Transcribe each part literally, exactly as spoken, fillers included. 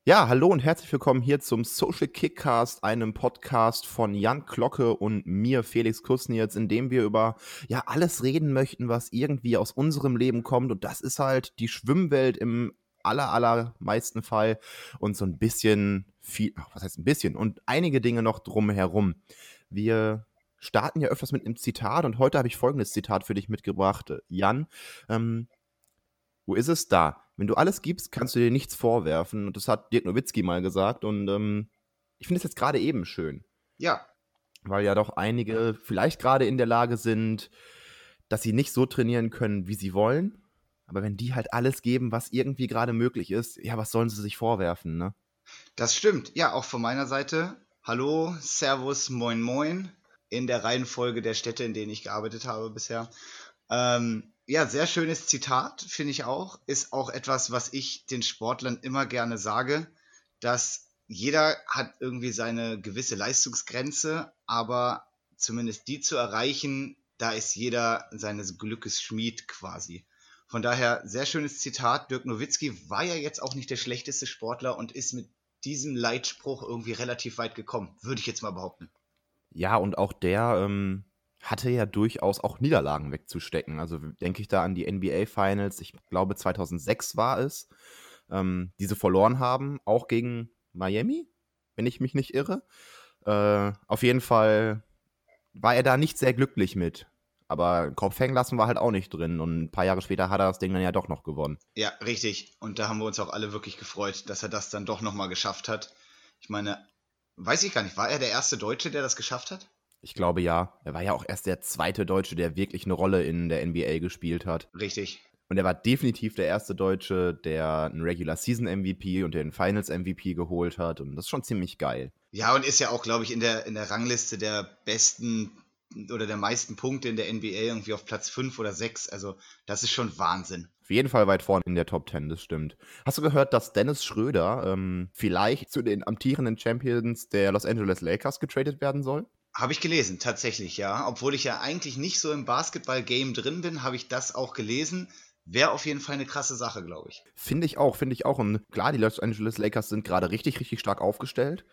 Ja, hallo und herzlich willkommen hier zum Social Kickcast, einem Podcast von Jan Glocke und mir, Felix Kusnietz, in dem wir über ja alles reden möchten, was irgendwie aus unserem Leben kommt. Und das ist halt die Schwimmwelt im aller, allermeisten Fall und so ein bisschen viel, ach, was heißt ein bisschen, und einige Dinge noch drumherum. Wir starten ja öfters mit einem Zitat und heute habe ich folgendes Zitat für dich mitgebracht, Jan. Ähm, Wo ist es da? Wenn du alles gibst, kannst du dir nichts vorwerfen. Und das hat Dirk Nowitzki mal gesagt. Und ähm, ich finde es jetzt gerade eben schön, Ja, weil ja doch einige vielleicht gerade in der Lage sind, dass sie nicht so trainieren können, wie sie wollen. Aber wenn die halt alles geben, was irgendwie gerade möglich ist, ja, was sollen sie sich vorwerfen, ne? das stimmt. Ja, auch von meiner Seite. Hallo, Servus, Moin Moin. In der Reihenfolge der Städte, in denen ich gearbeitet habe bisher. Ähm, ja, sehr schönes Zitat, finde ich auch. Ist auch etwas, was ich den Sportlern immer gerne sage, dass jeder hat irgendwie seine gewisse Leistungsgrenze, aber zumindest die zu erreichen, da ist jeder seines Glückes Schmied quasi. Von daher, sehr schönes Zitat. Dirk Nowitzki war ja jetzt auch nicht der schlechteste Sportler und ist mit diesem Leitspruch irgendwie relativ weit gekommen, würde ich jetzt mal behaupten. Ja, und auch der ähm, hatte ja durchaus auch Niederlagen wegzustecken. Also denke ich da an die N B A Finals, ich glaube zweitausendsechs war es, ähm, die sie verloren haben, auch gegen Miami, wenn ich mich nicht irre. Äh, auf jeden Fall war er da nicht sehr glücklich mit. Aber Kopf hängen lassen war halt auch nicht drin. Und ein paar Jahre später hat er das Ding dann ja doch noch gewonnen. Ja, richtig. Und da haben wir uns auch alle wirklich gefreut, dass er das dann doch nochmal geschafft hat. Ich meine, weiß ich gar nicht, war er der erste Deutsche, der das geschafft hat? Ich glaube ja. Er war ja auch erst der zweite Deutsche, der wirklich eine Rolle in der N B A gespielt hat. Richtig. Und er war definitiv der erste Deutsche, der einen Regular Season M V P und den Finals M V P geholt hat. Und das ist schon ziemlich geil. Ja, und ist ja auch, glaube ich, in der, in der Rangliste der besten oder der meisten Punkte in der N B A irgendwie auf Platz fünf oder sechs. Also, das ist schon Wahnsinn. Auf jeden Fall weit vorne in der Top Ten, das stimmt. Hast du gehört, dass Dennis Schröder ähm, vielleicht zu den amtierenden Champions der Los Angeles Lakers getradet werden soll? Habe ich gelesen, tatsächlich, ja. Obwohl ich ja eigentlich nicht so im Basketball-Game drin bin, habe ich das auch gelesen. Wäre auf jeden Fall eine krasse Sache, glaube ich. Finde ich auch, finde ich auch. Und klar, die Los Angeles Lakers sind gerade richtig, richtig stark aufgestellt.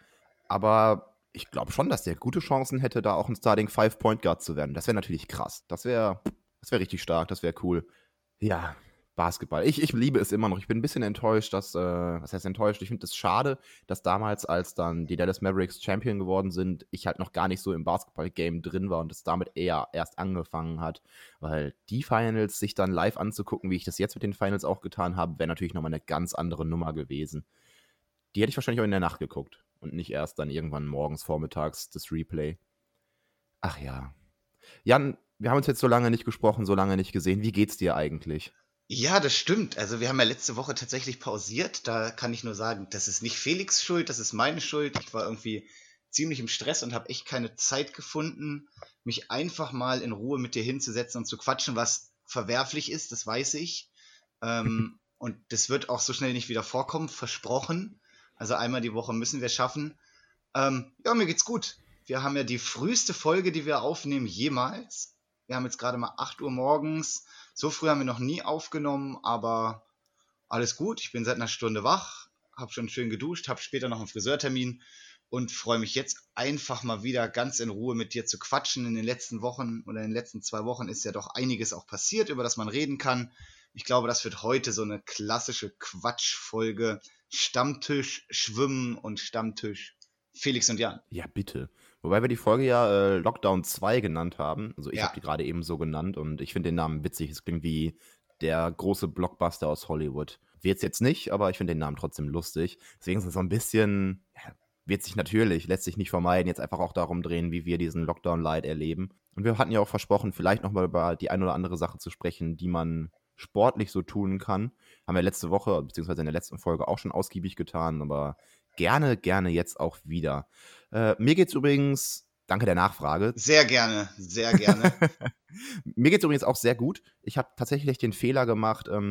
Aber ich glaube schon, dass der gute Chancen hätte, da auch ein Starting Five Point Guard zu werden. Das wäre natürlich krass. Das wäre das wäre richtig stark, das wäre cool. Ja, Basketball. Ich, ich liebe es immer noch. Ich bin ein bisschen enttäuscht, dass, äh, was heißt enttäuscht? Ich finde es schade, dass damals, als dann die Dallas Mavericks Champion geworden sind, ich halt noch gar nicht so im Basketball-Game drin war und es damit eher erst angefangen hat. Weil die Finals sich dann live anzugucken, wie ich das jetzt mit den Finals auch getan habe, wäre natürlich nochmal eine ganz andere Nummer gewesen. Die hätte ich wahrscheinlich auch in der Nacht geguckt und nicht erst dann irgendwann morgens, vormittags das Replay. Ach ja. Jan, wir haben uns jetzt so lange nicht gesprochen, so lange nicht gesehen. Wie geht's dir eigentlich? Ja, das stimmt. Also wir haben ja letzte Woche tatsächlich pausiert. Da kann ich nur sagen, das ist nicht Felix Schuld, das ist meine Schuld. Ich war irgendwie ziemlich im Stress und habe echt keine Zeit gefunden, mich einfach mal in Ruhe mit dir hinzusetzen und zu quatschen, was verwerflich ist, das weiß ich. Ähm, und das wird auch so schnell nicht wieder vorkommen, versprochen. Also einmal die Woche müssen wir schaffen. Ähm, ja, mir geht's gut. Wir haben ja die früheste Folge, die wir aufnehmen, jemals. Wir haben jetzt gerade mal acht Uhr morgens. So früh haben wir noch nie aufgenommen, aber alles gut. Ich bin seit einer Stunde wach, habe schon schön geduscht, habe später noch einen Friseurtermin und freue mich jetzt einfach mal wieder ganz in Ruhe mit dir zu quatschen. In den letzten Wochen oder in den letzten zwei Wochen ist ja doch einiges auch passiert, über das man reden kann. Ich glaube, das wird heute so eine klassische Quatschfolge. Stammtisch Schwimmen und Stammtisch Felix und Jan. Ja, bitte. Wobei wir die Folge ja äh, Lockdown zwei genannt haben. Also ich habe Ja, die gerade eben so genannt und ich finde den Namen witzig. Es klingt wie der große Blockbuster aus Hollywood. Wird's jetzt nicht, aber ich finde den Namen trotzdem lustig. Deswegen ist es so ein bisschen, ja, wird sich natürlich, lässt sich nicht vermeiden, jetzt einfach auch darum drehen, wie wir diesen Lockdown-Light erleben. Und wir hatten ja auch versprochen, vielleicht nochmal über die ein oder andere Sache zu sprechen, die man sportlich so tun kann. Haben wir letzte Woche, beziehungsweise in der letzten Folge auch schon ausgiebig getan, aber gerne, gerne jetzt auch wieder. Äh, mir geht's übrigens, danke der Nachfrage. sehr gerne, sehr gerne. Mir geht's übrigens auch sehr gut. Ich habe tatsächlich den Fehler gemacht, ähm,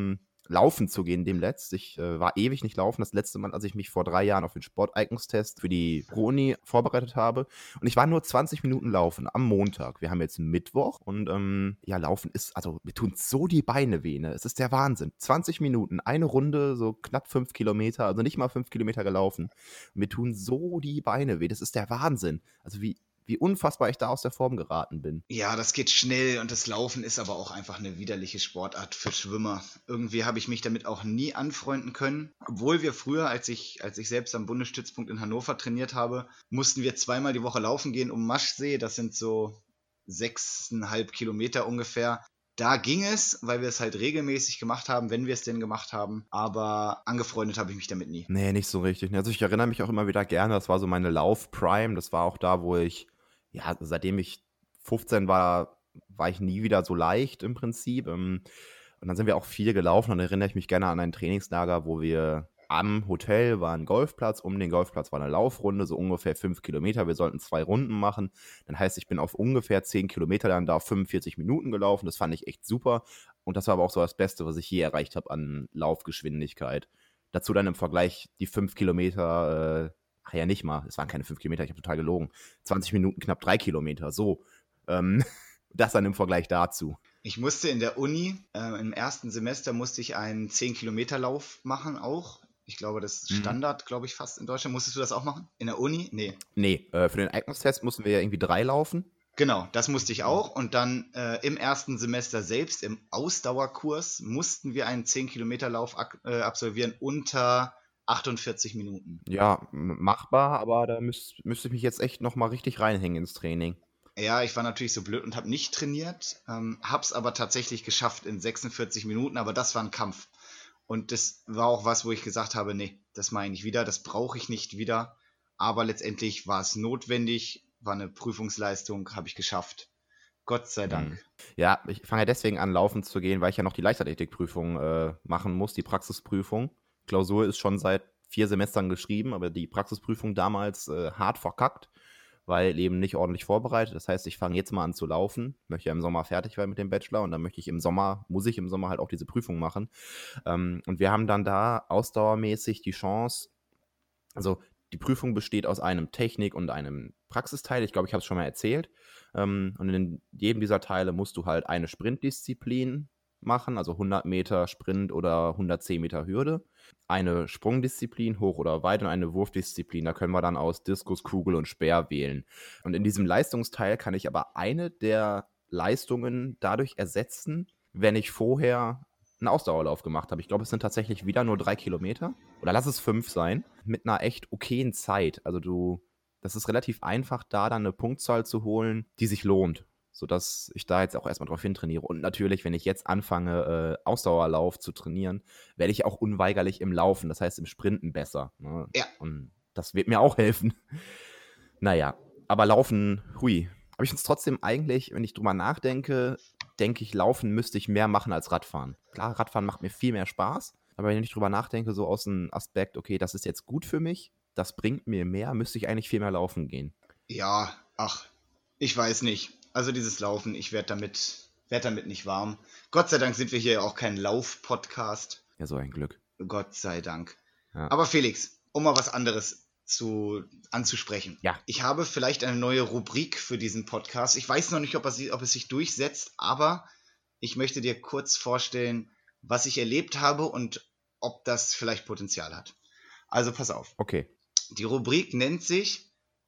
laufen zu gehen demnächst. Ich äh, war ewig nicht laufen. Das letzte Mal, als ich mich vor drei Jahren auf den Sporteignungstest für die Pro-Uni vorbereitet habe. Und ich war nur zwanzig Minuten laufen am Montag. Wir haben jetzt Mittwoch und ähm, ja, laufen ist, also mir tun so die Beine weh, ne? Es ist der Wahnsinn. zwanzig Minuten, eine Runde, so knapp fünf Kilometer, also nicht mal fünf Kilometer gelaufen. Mir tun so die Beine weh. Das ist der Wahnsinn. Also wie, wie unfassbar ich da aus der Form geraten bin. Ja, das geht schnell und das Laufen ist aber auch einfach eine widerliche Sportart für Schwimmer. Irgendwie habe ich mich damit auch nie anfreunden können. Obwohl wir früher, als ich, als ich selbst am Bundesstützpunkt in Hannover trainiert habe, mussten wir zweimal die Woche laufen gehen um Maschsee. Das sind so sechseinhalb Kilometer ungefähr. Da ging es, weil wir es halt regelmäßig gemacht haben, wenn wir es denn gemacht haben. Aber angefreundet habe ich mich damit nie. Nee, nicht so richtig. Also ich erinnere mich auch immer wieder gerne, das war so meine Lauf-Prime. Das war auch da, wo ich, ja, seitdem ich fünfzehn war, war ich nie wieder so leicht im Prinzip. Ähm, Und dann sind wir auch viel gelaufen und dann erinnere ich mich gerne an ein Trainingslager, wo wir am Hotel war ein Golfplatz, um den Golfplatz war eine Laufrunde, so ungefähr fünf Kilometer. Wir sollten zwei Runden machen. Dann heißt, ich bin auf ungefähr zehn Kilometer dann da auf fünfundvierzig Minuten gelaufen. Das fand ich echt super. Und das war aber auch so das Beste, was ich je erreicht habe an Laufgeschwindigkeit. Dazu dann im Vergleich die fünf Kilometer, äh, ach ja, nicht mal, es waren keine fünf Kilometer, ich habe total gelogen. zwanzig Minuten, knapp drei Kilometer, so. Ähm, das dann im Vergleich dazu. Ich musste in der Uni, äh, im ersten Semester musste ich einen zehn Kilometer Lauf machen auch. Ich glaube, das ist Mhm. Standard, glaube ich, fast in Deutschland. Musstest du das auch machen? In der Uni? Nee. Nee, äh, für den Eignungstest mussten wir ja irgendwie drei laufen. Genau, das musste ich auch. Und dann äh, im ersten Semester selbst, im Ausdauerkurs, mussten wir einen zehn Kilometer Lauf ak- äh, absolvieren unter achtundvierzig Minuten. Ja, m- machbar, aber da müß, müsste ich mich jetzt echt nochmal richtig reinhängen ins Training. Ja, ich war natürlich so blöd und habe nicht trainiert, ähm, hab's aber tatsächlich geschafft in sechsundvierzig Minuten, aber das war ein Kampf. Und das war auch was, wo ich gesagt habe, nee, das mache ich nicht wieder, das brauche ich nicht wieder. Aber letztendlich war es notwendig, war eine Prüfungsleistung, habe ich geschafft. Gott sei Dank. Hm. Ja, ich fange ja deswegen an, laufen zu gehen, weil ich ja noch die Leichtathletikprüfung äh, machen muss, die Praxisprüfung. Klausur ist schon seit vier Semestern geschrieben, aber die Praxisprüfung damals äh, hart verkackt, weil eben nicht ordentlich vorbereitet. Das heißt, ich fange jetzt mal an zu laufen, möchte ja im Sommer fertig werden mit dem Bachelor und dann möchte ich im Sommer, muss ich im Sommer halt auch diese Prüfung machen. Ähm, und wir haben dann da ausdauermäßig die Chance, also die Prüfung besteht aus einem Technik- und einem Praxisteil. Ich glaube, ich habe es schon mal erzählt. Ähm, und in jedem dieser Teile musst du halt eine Sprintdisziplin machen, also hundert Meter Sprint oder hundertzehn Meter Hürde. Eine Sprungdisziplin, hoch oder weit und eine Wurfdisziplin. Da können wir dann aus Diskus, Kugel und Speer wählen. Und in diesem Leistungsteil kann ich aber eine der Leistungen dadurch ersetzen, wenn ich vorher einen Ausdauerlauf gemacht habe. Ich glaube, es sind tatsächlich wieder nur drei Kilometer. Oder lass es fünf sein. Mit einer echt okayen Zeit. Also du, das ist relativ einfach, da dann eine Punktzahl zu holen, die sich lohnt. Sodass ich da jetzt auch erstmal drauf hintrainiere. Und natürlich, wenn ich jetzt anfange, äh, Ausdauerlauf zu trainieren, werde ich auch unweigerlich im Laufen, das heißt im Sprinten besser. Ne? Ja. Und das wird mir auch helfen. Naja, aber Laufen, hui. Aber ich finde es trotzdem eigentlich, wenn ich drüber nachdenke, denke ich, Laufen müsste ich mehr machen als Radfahren. Klar, Radfahren macht mir viel mehr Spaß, aber wenn ich drüber nachdenke, so aus dem Aspekt, okay, das ist jetzt gut für mich, das bringt mir mehr, müsste ich eigentlich viel mehr laufen gehen. Ja, ach, ich weiß nicht. Also dieses Laufen, ich werde damit, werd damit nicht warm. Gott sei Dank sind wir hier auch kein Lauf-Podcast. Ja, so ein Glück. Gott sei Dank. Ja. Aber Felix, um mal was anderes zu, anzusprechen. Ja. Ich habe vielleicht eine neue Rubrik für diesen Podcast. Ich weiß noch nicht, ob es, ob es sich durchsetzt, aber ich möchte dir kurz vorstellen, was ich erlebt habe und ob das vielleicht Potenzial hat. Also pass auf. Okay. Die Rubrik nennt sich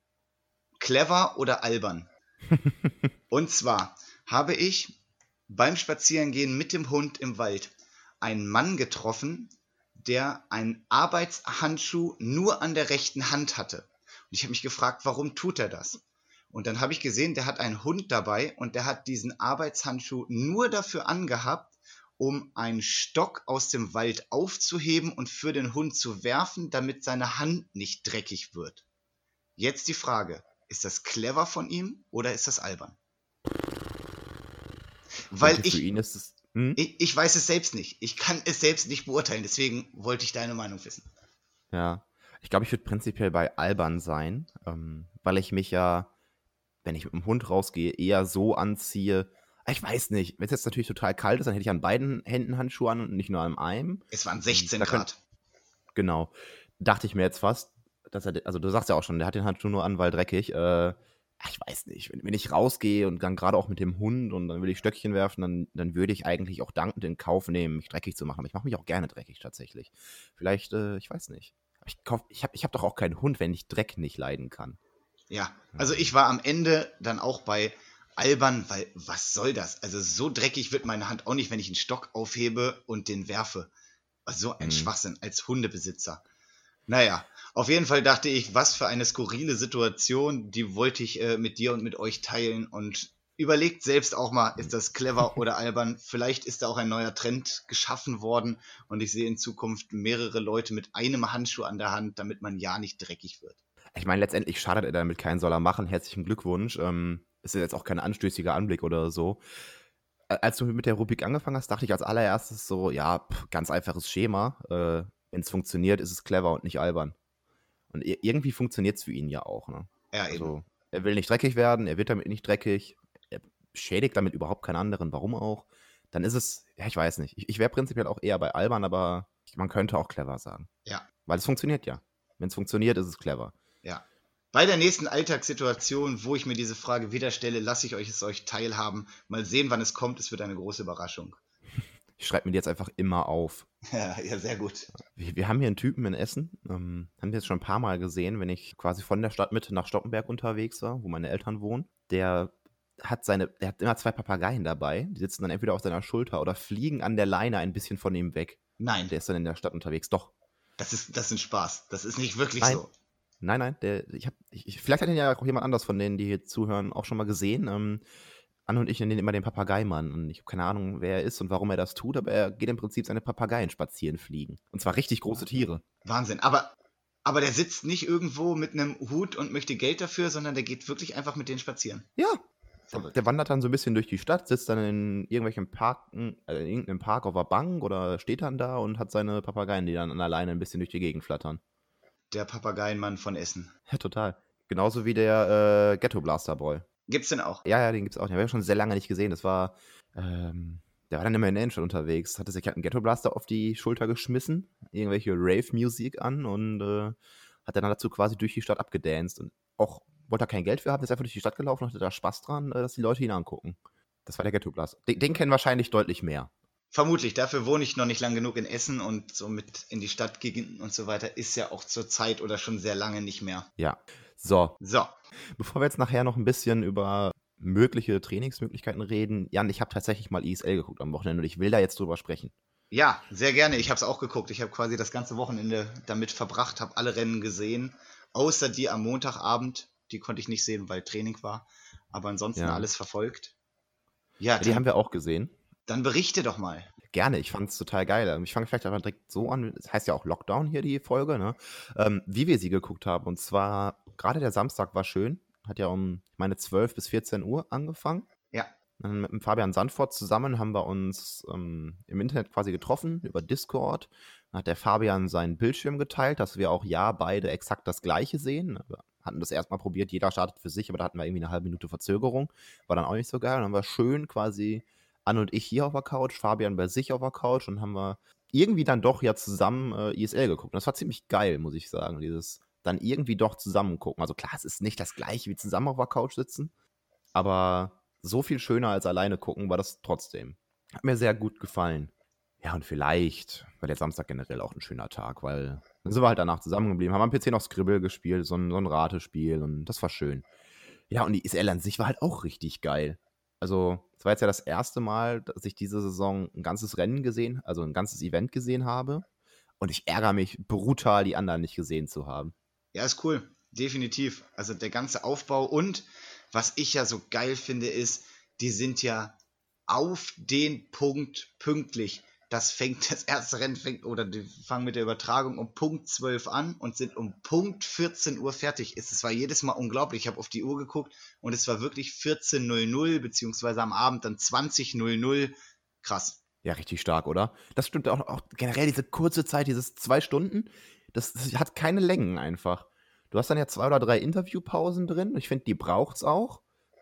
Clever oder albern. Und zwar habe ich beim Spazierengehen mit dem Hund im Wald einen Mann getroffen, der einen Arbeitshandschuh nur an der rechten Hand hatte. Und ich habe mich gefragt, warum tut er das? Und dann habe ich gesehen, der hat einen Hund dabei und der hat diesen Arbeitshandschuh nur dafür angehabt, um einen Stock aus dem Wald aufzuheben und für den Hund zu werfen, damit seine Hand nicht dreckig wird. Jetzt die Frage, ist das clever von ihm oder ist das albern? Weil Denke, für ich, ihn ist es. Hm? ich, ich weiß es selbst nicht. Ich kann es selbst nicht beurteilen, deswegen wollte ich deine Meinung wissen. Ja. Ich glaube, ich würde prinzipiell bei albern sein, ähm, weil ich mich ja, wenn ich mit dem Hund rausgehe, eher so anziehe, Ich weiß nicht. Wenn es jetzt natürlich total kalt ist, dann hätte ich an beiden Händen Handschuhe an und nicht nur an einem. Es waren sechzehn Da könnt- Grad. Genau. Dachte ich mir jetzt fast, dass er, also du sagst ja auch schon, der hat den Handschuh nur an, weil dreckig. Äh, ach, ich weiß nicht. Wenn, wenn ich rausgehe und dann gerade auch mit dem Hund und dann will ich Stöckchen werfen, dann, dann würde ich eigentlich auch dankend in Kauf nehmen, mich dreckig zu machen. Aber ich mache mich auch gerne dreckig tatsächlich. Vielleicht, äh, ich weiß nicht. Aber ich kauf, ich habe ich hab doch auch keinen Hund, wenn ich Dreck nicht leiden kann. Ja, also ich war am Ende dann auch bei albern, weil was soll das? Also so dreckig wird meine Hand auch nicht, wenn ich einen Stock aufhebe und den werfe. Also so ein Mhm. Schwachsinn als Hundebesitzer. Naja, auf jeden Fall dachte ich, was für eine skurrile Situation, die wollte ich äh, mit dir und mit euch teilen und überlegt selbst auch mal, ist das clever oder albern? Vielleicht ist da auch ein neuer Trend geschaffen worden und ich sehe in Zukunft mehrere Leute mit einem Handschuh an der Hand, damit man ja nicht dreckig wird. Ich meine, letztendlich schadet er damit keinen, soll er machen. Herzlichen Glückwunsch. Ähm, ist jetzt auch kein anstößiger Anblick oder so. Ä- Als du mit der Rubrik angefangen hast, dachte ich als allererstes so, ja, pff, ganz einfaches Schema. Äh, Wenn es funktioniert, ist es clever und nicht albern. Und i- irgendwie funktioniert es für ihn ja auch. Ne? Ja, eben. Also, er will nicht dreckig werden, er wird damit nicht dreckig, er schädigt damit überhaupt keinen anderen, warum auch. Dann ist es, ja, ich weiß nicht. Ich, ich wäre prinzipiell auch eher bei albern, aber man könnte auch clever sagen. Ja, Weil es funktioniert ja. Wenn es funktioniert, ist es clever. ja. Bei der nächsten Alltagssituation, wo ich mir diese Frage wieder stelle, lasse ich euch es euch teilhaben. Mal sehen, wann es kommt. Es wird eine große Überraschung. Ich schreibe mir die jetzt einfach immer auf. Ja, ja, sehr gut. Wir, wir haben hier einen Typen in Essen, ähm, haben wir jetzt schon ein paar Mal gesehen, wenn ich quasi von der Stadtmitte nach Stoppenberg unterwegs war, wo meine Eltern wohnen. Der hat seine, der hat immer zwei Papageien dabei, die sitzen dann entweder auf seiner Schulter oder fliegen an der Leine ein bisschen von ihm weg. Nein, Der ist dann in der Stadt unterwegs. Doch. das ist, das ist ein Spaß. Das ist nicht wirklich Nein. so. Nein, nein, der, ich hab, ich, ich- vielleicht hat ihn ja auch jemand anders von denen, die hier zuhören, auch schon mal gesehen. Ähm, Anne und ich nennen ihn immer den Papageimann. Und ich habe keine Ahnung, wer er ist und warum er das tut, aber er geht im Prinzip seine Papageien spazieren fliegen. Und zwar richtig große Tiere. Wahnsinn. Aber, aber der sitzt nicht irgendwo mit einem Hut und möchte Geld dafür, sondern der geht wirklich einfach mit denen spazieren. Ja. Der, der wandert dann so ein bisschen durch die Stadt, sitzt dann in irgendwelchen Parken, äh, in irgendeinem Park auf der Bank oder steht dann da und hat seine Papageien, die dann an der Leine ein bisschen durch die Gegend flattern. Der Papageienmann von Essen. Ja, total. Genauso wie der äh, Ghetto Blaster Boy. Gibt's denn auch? Ja, ja, den gibt's auch. Den habe ich schon sehr lange nicht gesehen. Das war, ähm, der war dann immer in der Innenstadt unterwegs, hatte sich halt einen Ghetto Blaster auf die Schulter geschmissen, irgendwelche Rave-Musik an und äh, hat dann dazu quasi durch die Stadt abgedanced und auch wollte er kein Geld für haben, ist einfach durch die Stadt gelaufen und hatte da Spaß dran, äh, dass die Leute ihn angucken. Das war der Ghetto Blaster. Den, den kennen wahrscheinlich deutlich mehr. Vermutlich, dafür wohne ich noch nicht lang genug in Essen und so mit in die Stadt gehen und so weiter ist ja auch zur Zeit oder schon sehr lange nicht mehr. Ja. So, So, bevor wir jetzt nachher noch ein bisschen über mögliche Trainingsmöglichkeiten reden, Jan, ich habe tatsächlich mal I S L geguckt am Wochenende und ich will da jetzt drüber sprechen. ja, sehr gerne. Ich habe es auch geguckt. Ich habe quasi das ganze Wochenende damit verbracht, habe alle Rennen gesehen, außer die am Montagabend. Die konnte ich nicht sehen, weil Training war. Aber ansonsten Ja. alles verfolgt. Ja, Ja, die dann, haben wir auch gesehen. dann berichte doch mal. Gerne, ich fand es total geil. Ich fange vielleicht aber direkt so an, es heißt ja auch Lockdown hier, die Folge, ne? Ähm, wie wir sie geguckt haben. Und zwar, gerade der Samstag war schön, hat ja um, ich meine, zwölf bis vierzehn Uhr angefangen. Ja, Dann mit dem Fabian Sandfort zusammen haben wir uns ähm, im Internet quasi getroffen, über Discord. Dann hat der Fabian seinen Bildschirm geteilt, dass wir auch ja beide exakt das Gleiche sehen. Wir hatten das erstmal probiert, jeder startet für sich, aber da hatten wir irgendwie eine halbe Minute Verzögerung. War dann auch nicht so geil. Dann haben wir schön quasi Anne und ich hier auf der Couch, Fabian bei sich auf der Couch und haben wir irgendwie dann doch ja zusammen äh, I S L geguckt. Und das war ziemlich geil, muss ich sagen, dieses dann irgendwie doch zusammen gucken. Also klar, es ist nicht das Gleiche wie zusammen auf der Couch sitzen, aber so viel schöner als alleine gucken war das trotzdem. Hat mir sehr gut gefallen. Ja, und vielleicht war der Samstag generell auch ein schöner Tag, weil dann sind wir halt danach zusammengeblieben, haben am P C noch Scribble gespielt, so ein, so ein Ratespiel und das war schön. Ja, und die I S L an sich war halt auch richtig geil. Also, es war jetzt ja das erste Mal, dass ich diese Saison ein ganzes Rennen gesehen, also ein ganzes Event gesehen habe. Und ich ärgere mich brutal, die anderen nicht gesehen zu haben. ja, ist cool. Definitiv. Also der ganze Aufbau und was ich ja so geil finde, ist, die sind ja auf den Punkt pünktlich. Das fängt, das erste Rennen fängt, oder die fangen mit der Übertragung um Punkt zwölf an und sind um Punkt vierzehn Uhr fertig. Es war jedes Mal unglaublich. Ich habe auf die Uhr geguckt und es war wirklich vierzehn Uhr, beziehungsweise am Abend dann zwanzig Uhr. Krass. Ja, richtig stark, oder? Das stimmt auch, auch generell diese kurze Zeit, dieses zwei Stunden, das, das hat keine Längen einfach. Du hast dann ja zwei oder drei Interviewpausen drin. Ich finde, die braucht's auch,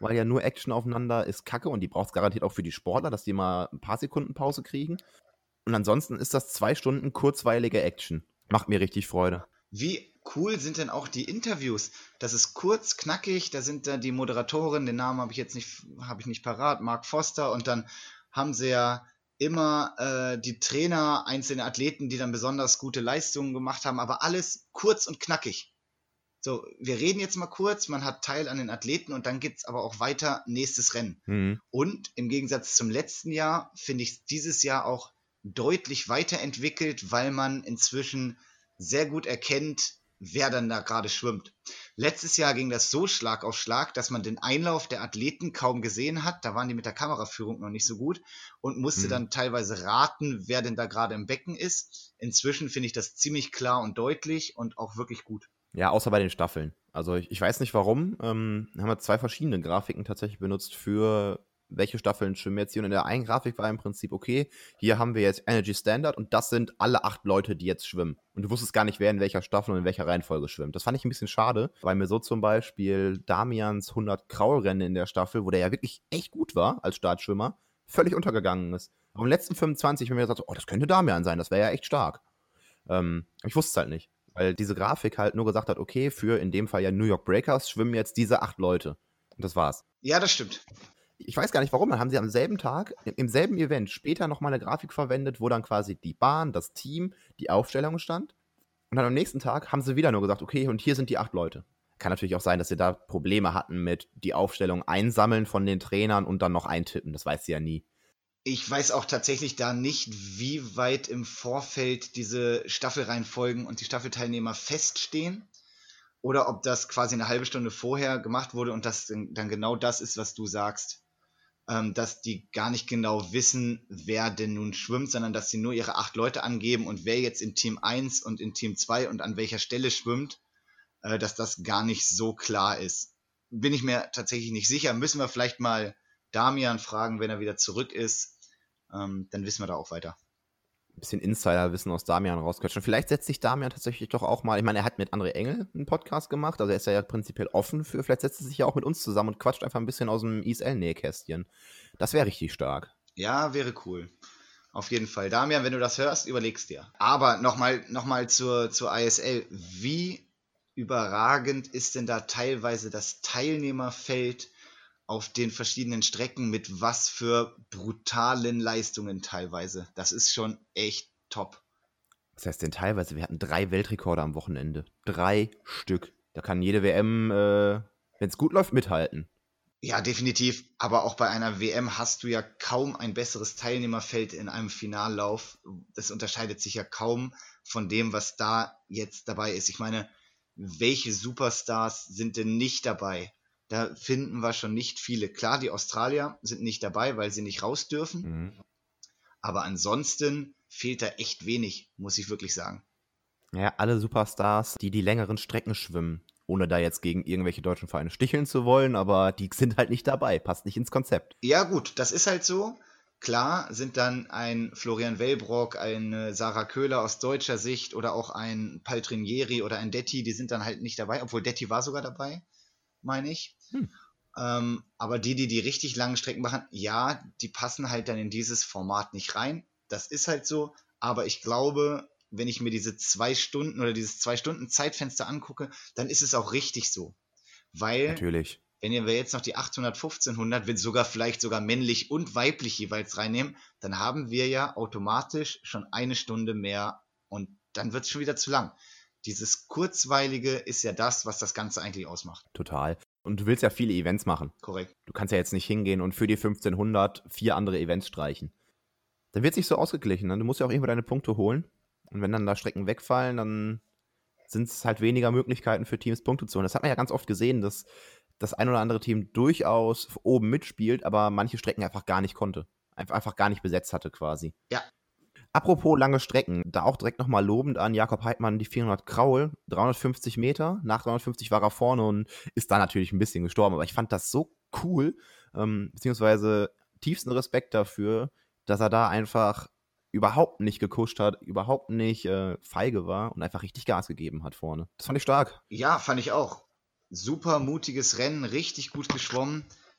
weil ja nur Action aufeinander ist kacke und die braucht es garantiert auch für die Sportler, dass die mal ein paar Sekunden Pause kriegen. Und ansonsten ist das zwei Stunden kurzweilige Action. Macht mir richtig Freude. Wie cool sind denn auch die Interviews? Das ist kurz, knackig, da sind dann die Moderatorin, den Namen habe ich jetzt nicht, habe ich nicht parat, Mark Foster, und dann haben sie ja immer äh, die Trainer, einzelne Athleten, die dann besonders gute Leistungen gemacht haben, aber alles kurz und knackig. So, wir reden jetzt mal kurz, man hat Teil an den Athleten und dann geht's aber auch weiter, nächstes Rennen. Mhm. Und im Gegensatz zum letzten Jahr finde ich dieses Jahr auch deutlich weiterentwickelt, weil man inzwischen sehr gut erkennt, wer dann da gerade schwimmt. Letztes Jahr ging das so Schlag auf Schlag, dass man den Einlauf der Athleten kaum gesehen hat. Da waren die mit der Kameraführung noch nicht so gut und musste Mhm. dann teilweise raten, wer denn da gerade im Becken ist. Inzwischen finde ich das ziemlich klar und deutlich und auch wirklich gut. Ja, außer bei den Staffeln. Also ich, ich weiß nicht warum. Ähm, haben wir zwei verschiedene Grafiken tatsächlich benutzt für welche Staffeln schwimmen jetzt hier. Und in der einen Grafik war im Prinzip, okay, hier haben wir jetzt Energy Standard und das sind alle acht Leute, die jetzt schwimmen. Und du wusstest gar nicht, wer in welcher Staffel und in welcher Reihenfolge schwimmt. Das fand ich ein bisschen schade, weil mir so zum Beispiel Damians hundert Kraulrennen in der Staffel, wo der ja wirklich echt gut war als Startschwimmer, völlig untergegangen ist. Aber im letzten fünfundzwanzig haben wir gesagt, oh, das könnte Damian sein, das wäre ja echt stark. Ähm, ich wusste es halt nicht, weil diese Grafik halt nur gesagt hat, okay, für in dem Fall ja New York Breakers schwimmen jetzt diese acht Leute. Und das war's. Ja, das stimmt. Ich weiß gar nicht warum, dann haben sie am selben Tag, im selben Event, später nochmal eine Grafik verwendet, wo dann quasi die Bahn, das Team, die Aufstellung stand. Und dann am nächsten Tag haben sie wieder nur gesagt, okay, und hier sind die acht Leute. Kann natürlich auch sein, dass sie da Probleme hatten mit die Aufstellung einsammeln von den Trainern und dann noch eintippen. Das weiß sie ja nie. Ich weiß auch tatsächlich da nicht, wie weit im Vorfeld diese Staffelreihenfolgen und die Staffelteilnehmer feststehen. Oder ob das quasi eine halbe Stunde vorher gemacht wurde und das dann genau das ist, was du sagst. Ähm, dass die gar nicht genau wissen, wer denn nun schwimmt, sondern dass sie nur ihre acht Leute angeben und wer jetzt in Team eins und in Team zwei und an welcher Stelle schwimmt, äh, dass das gar nicht so klar ist. Bin ich mir tatsächlich nicht sicher. Müssen wir vielleicht mal Damian fragen, wenn er wieder zurück ist. Ähm, dann wissen wir da auch weiter. Ein bisschen Insiderwissen aus Damian rausquetschen. Vielleicht setzt sich Damian tatsächlich doch auch mal, ich meine, er hat mit André Engel einen Podcast gemacht, also er ist ja prinzipiell offen für, vielleicht setzt er sich ja auch mit uns zusammen und quatscht einfach ein bisschen aus dem I S L-Nähkästchen. Das wäre richtig stark. Ja, wäre cool. Auf jeden Fall. Damian, wenn du das hörst, überlegst dir. Aber nochmal noch mal zur, zur I S L. Wie überragend ist denn da teilweise das Teilnehmerfeld auf den verschiedenen Strecken mit was für brutalen Leistungen teilweise. Das ist schon echt top. Was heißt denn teilweise? Wir hatten drei Weltrekorde am Wochenende. Drei Stück. Da kann jede W M, äh, wenn es gut läuft, mithalten. Ja, definitiv. Aber auch bei einer W M hast du ja kaum ein besseres Teilnehmerfeld in einem Finallauf. Das unterscheidet sich ja kaum von dem, was da jetzt dabei ist. Ich meine, welche Superstars sind denn nicht dabei? Da finden wir schon nicht viele. Klar, die Australier sind nicht dabei, weil sie nicht raus dürfen. Mhm. Aber ansonsten fehlt da echt wenig, muss ich wirklich sagen. Ja, alle Superstars, die die längeren Strecken schwimmen. Ohne da jetzt gegen irgendwelche deutschen Vereine sticheln zu wollen, aber die sind halt nicht dabei. Passt nicht ins Konzept. Ja gut, das ist halt so. Klar sind dann ein Florian Wellbrock, eine Sarah Köhler aus deutscher Sicht oder auch ein Paltrinieri oder ein Detti, die sind dann halt nicht dabei. Obwohl Detti war sogar dabei, meine ich. Hm. Ähm, aber die, die die richtig langen Strecken machen, ja, die passen halt dann in dieses Format nicht rein. Das ist halt so. Aber ich glaube, wenn ich mir diese zwei Stunden oder dieses zwei Stunden Zeitfenster angucke, dann ist es auch richtig so. Weil, natürlich, wenn wir jetzt noch die achthundert, fünfzehnhundert, wenn sogar vielleicht sogar männlich und weiblich jeweils reinnehmen, dann haben wir ja automatisch schon eine Stunde mehr und dann wird es schon wieder zu lang. Dieses Kurzweilige ist ja das, was das Ganze eigentlich ausmacht. Total. Und du willst ja viele Events machen. Korrekt. Du kannst ja jetzt nicht hingehen und für die fünfzehnhundert vier andere Events streichen. Dann wird es nicht so ausgeglichen. Ne? Du musst ja auch irgendwo deine Punkte holen. Und wenn dann da Strecken wegfallen, dann sind es halt weniger Möglichkeiten für Teams, Punkte zu holen. Das hat man ja ganz oft gesehen, dass das ein oder andere Team durchaus oben mitspielt, aber manche Strecken einfach gar nicht konnte. Einfach gar nicht besetzt hatte quasi. Ja. Apropos lange Strecken, da auch direkt nochmal lobend an Jakob Heidmann die vierhundert Kraul, dreihundertfünfzig Meter, nach dreihundertfünfzig war er vorne und ist da natürlich ein bisschen gestorben, aber ich fand das so cool, ähm, beziehungsweise tiefsten Respekt dafür, dass er da einfach überhaupt nicht gekuscht hat, überhaupt nicht äh, feige war und einfach richtig Gas gegeben hat vorne. Das fand ich stark. Ja, fand ich auch. Super mutiges Rennen, richtig gut geschwommen.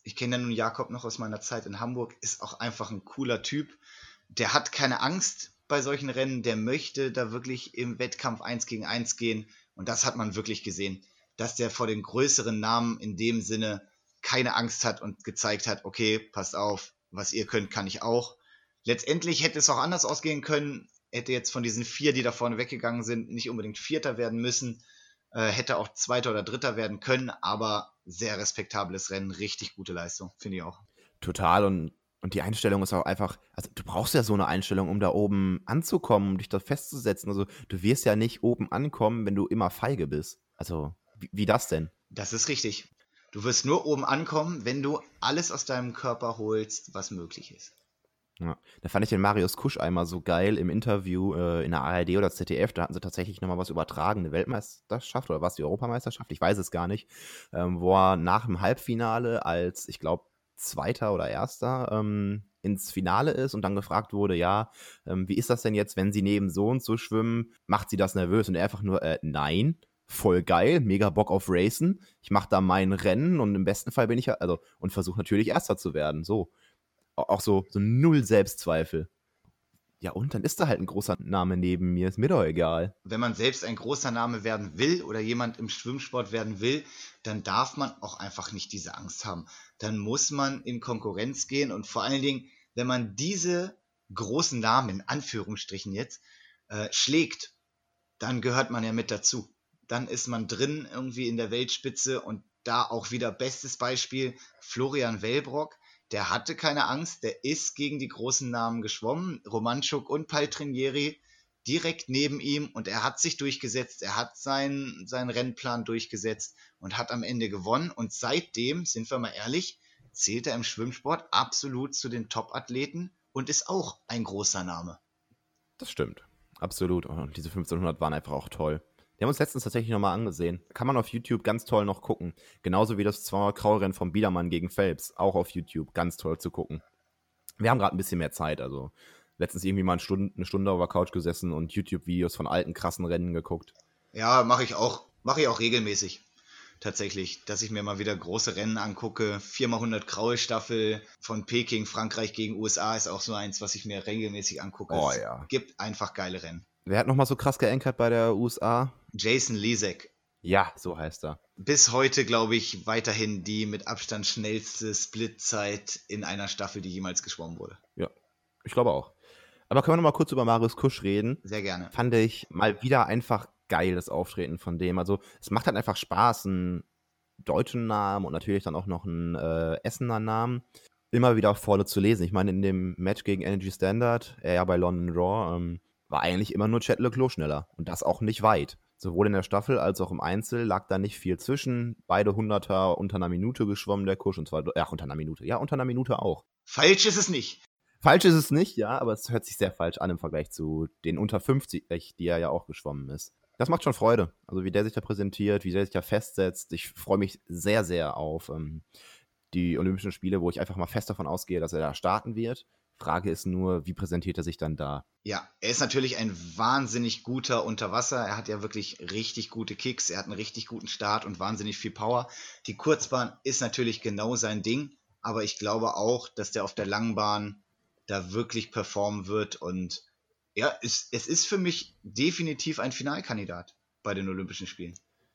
Ich kenne ja nun Jakob noch aus meiner Zeit in Hamburg, ist auch einfach ein cooler Typ. Der hat keine Angst bei solchen Rennen, der möchte da wirklich im Wettkampf eins gegen eins gehen. Und das hat man wirklich gesehen, dass der vor den größeren Namen in dem Sinne keine Angst hat und gezeigt hat, okay, passt auf, was ihr könnt, kann ich auch. Letztendlich hätte es auch anders ausgehen können, hätte jetzt von diesen vier, die da vorne weggegangen sind, nicht unbedingt Vierter werden müssen, äh, hätte auch Zweiter oder Dritter werden können, aber sehr respektables Rennen, richtig gute Leistung, finde ich auch. Total, und, und die Einstellung ist auch einfach, also du brauchst ja so eine Einstellung, um da oben anzukommen, um dich da festzusetzen. Also du wirst ja nicht oben ankommen, wenn du immer feige bist. Also wie, wie das denn? Das ist richtig. Du wirst nur oben ankommen, wenn du alles aus deinem Körper holst, was möglich ist. Ja, da fand ich den Marius Kusch einmal so geil im Interview äh, in der A R D oder Z D F. Da hatten sie tatsächlich nochmal was übertragen, eine Weltmeisterschaft oder was, die Europameisterschaft, ich weiß es gar nicht, ähm, wo er nach dem Halbfinale als, ich glaube, Zweiter oder Erster ähm, ins Finale ist und dann gefragt wurde, ja, ähm, wie ist das denn jetzt, wenn sie neben so und so schwimmen? Macht sie das nervös? Und er einfach nur, äh, nein, voll geil, mega Bock auf Racen. Ich mache da mein Rennen und im besten Fall bin ich ja, also, und versuche natürlich Erster zu werden, so. Auch so, so null Selbstzweifel. Ja, und dann ist da halt ein großer Name neben mir, ist mir doch egal. Wenn man selbst ein großer Name werden will oder jemand im Schwimmsport werden will, dann darf man auch einfach nicht diese Angst haben. Dann muss man in Konkurrenz gehen und vor allen Dingen, wenn man diese großen Namen, in Anführungsstrichen jetzt, äh, schlägt, dann gehört man ja mit dazu. Dann ist man drin irgendwie in der Weltspitze und da auch wieder bestes Beispiel Florian Wellbrock. Der hatte keine Angst, der ist gegen die großen Namen geschwommen, Romanchuk und Paltrinieri direkt neben ihm und er hat sich durchgesetzt, er hat seinen, seinen Rennplan durchgesetzt und hat am Ende gewonnen und seitdem, sind wir mal ehrlich, zählt er im Schwimmsport absolut zu den Top-Athleten und ist auch ein großer Name. Das stimmt, absolut. Und diese fünfzehnhundert waren einfach auch toll. Die haben uns letztens tatsächlich nochmal angesehen. Kann man auf YouTube ganz toll noch gucken. Genauso wie das zweihundert-Kraulrennen vom Biedermann gegen Phelps. Auch auf YouTube ganz toll zu gucken. Wir haben gerade ein bisschen mehr Zeit. Also letztens irgendwie mal eine Stunde, eine Stunde auf der Couch gesessen und YouTube-Videos von alten, krassen Rennen geguckt. Ja, mache ich auch. Mache ich auch regelmäßig. Tatsächlich, dass ich mir mal wieder große Rennen angucke. vier mal hundert Kraul Staffel von Peking, Frankreich gegen U S A ist auch so eins, was ich mir regelmäßig angucke. Oh es ja. gibt einfach geile Rennen. Wer hat nochmal so krass geankert bei der U S A? Jason Lisek. Ja, so heißt er. Bis heute, glaube ich, weiterhin die mit Abstand schnellste Splitzeit in einer Staffel, die jemals geschwommen wurde. Ja, ich glaube auch. Aber können wir noch mal kurz über Marius Kusch reden? Sehr gerne. Fand ich mal wieder einfach geil, das Auftreten von dem. Also es macht halt einfach Spaß, einen deutschen Namen und natürlich dann auch noch einen äh, Essener Namen immer wieder vorne zu lesen. Ich meine, in dem Match gegen Energy Standard, er ja bei London Raw, ähm, war eigentlich immer nur Chad Leclos schneller. Und das auch nicht weit. Sowohl in der Staffel als auch im Einzel lag da nicht viel zwischen. Beide Hunderter unter einer Minute geschwommen, der Kusch. Und zwar, ach, unter einer Minute. Ja, unter einer Minute auch. Falsch ist es nicht. Falsch ist es nicht, ja, aber es hört sich sehr falsch an im Vergleich zu den unter fünfzig, die er ja auch geschwommen ist. Das macht schon Freude. Also wie der sich da präsentiert, wie der sich da festsetzt. Ich freue mich sehr, sehr auf ähm, die Olympischen Spiele, wo ich einfach mal fest davon ausgehe, dass er da starten wird. Frage ist nur, wie präsentiert er sich dann da? Ja, er ist natürlich ein wahnsinnig guter Unterwasser. Er hat ja wirklich richtig gute Kicks. Er hat einen richtig guten Start und wahnsinnig viel Power. Die Kurzbahn ist natürlich genau sein Ding. Aber ich glaube auch, dass der auf der Langbahn da wirklich performen wird. Und ja, es, es ist für mich definitiv ein Finalkandidat bei den Olympischen Spielen.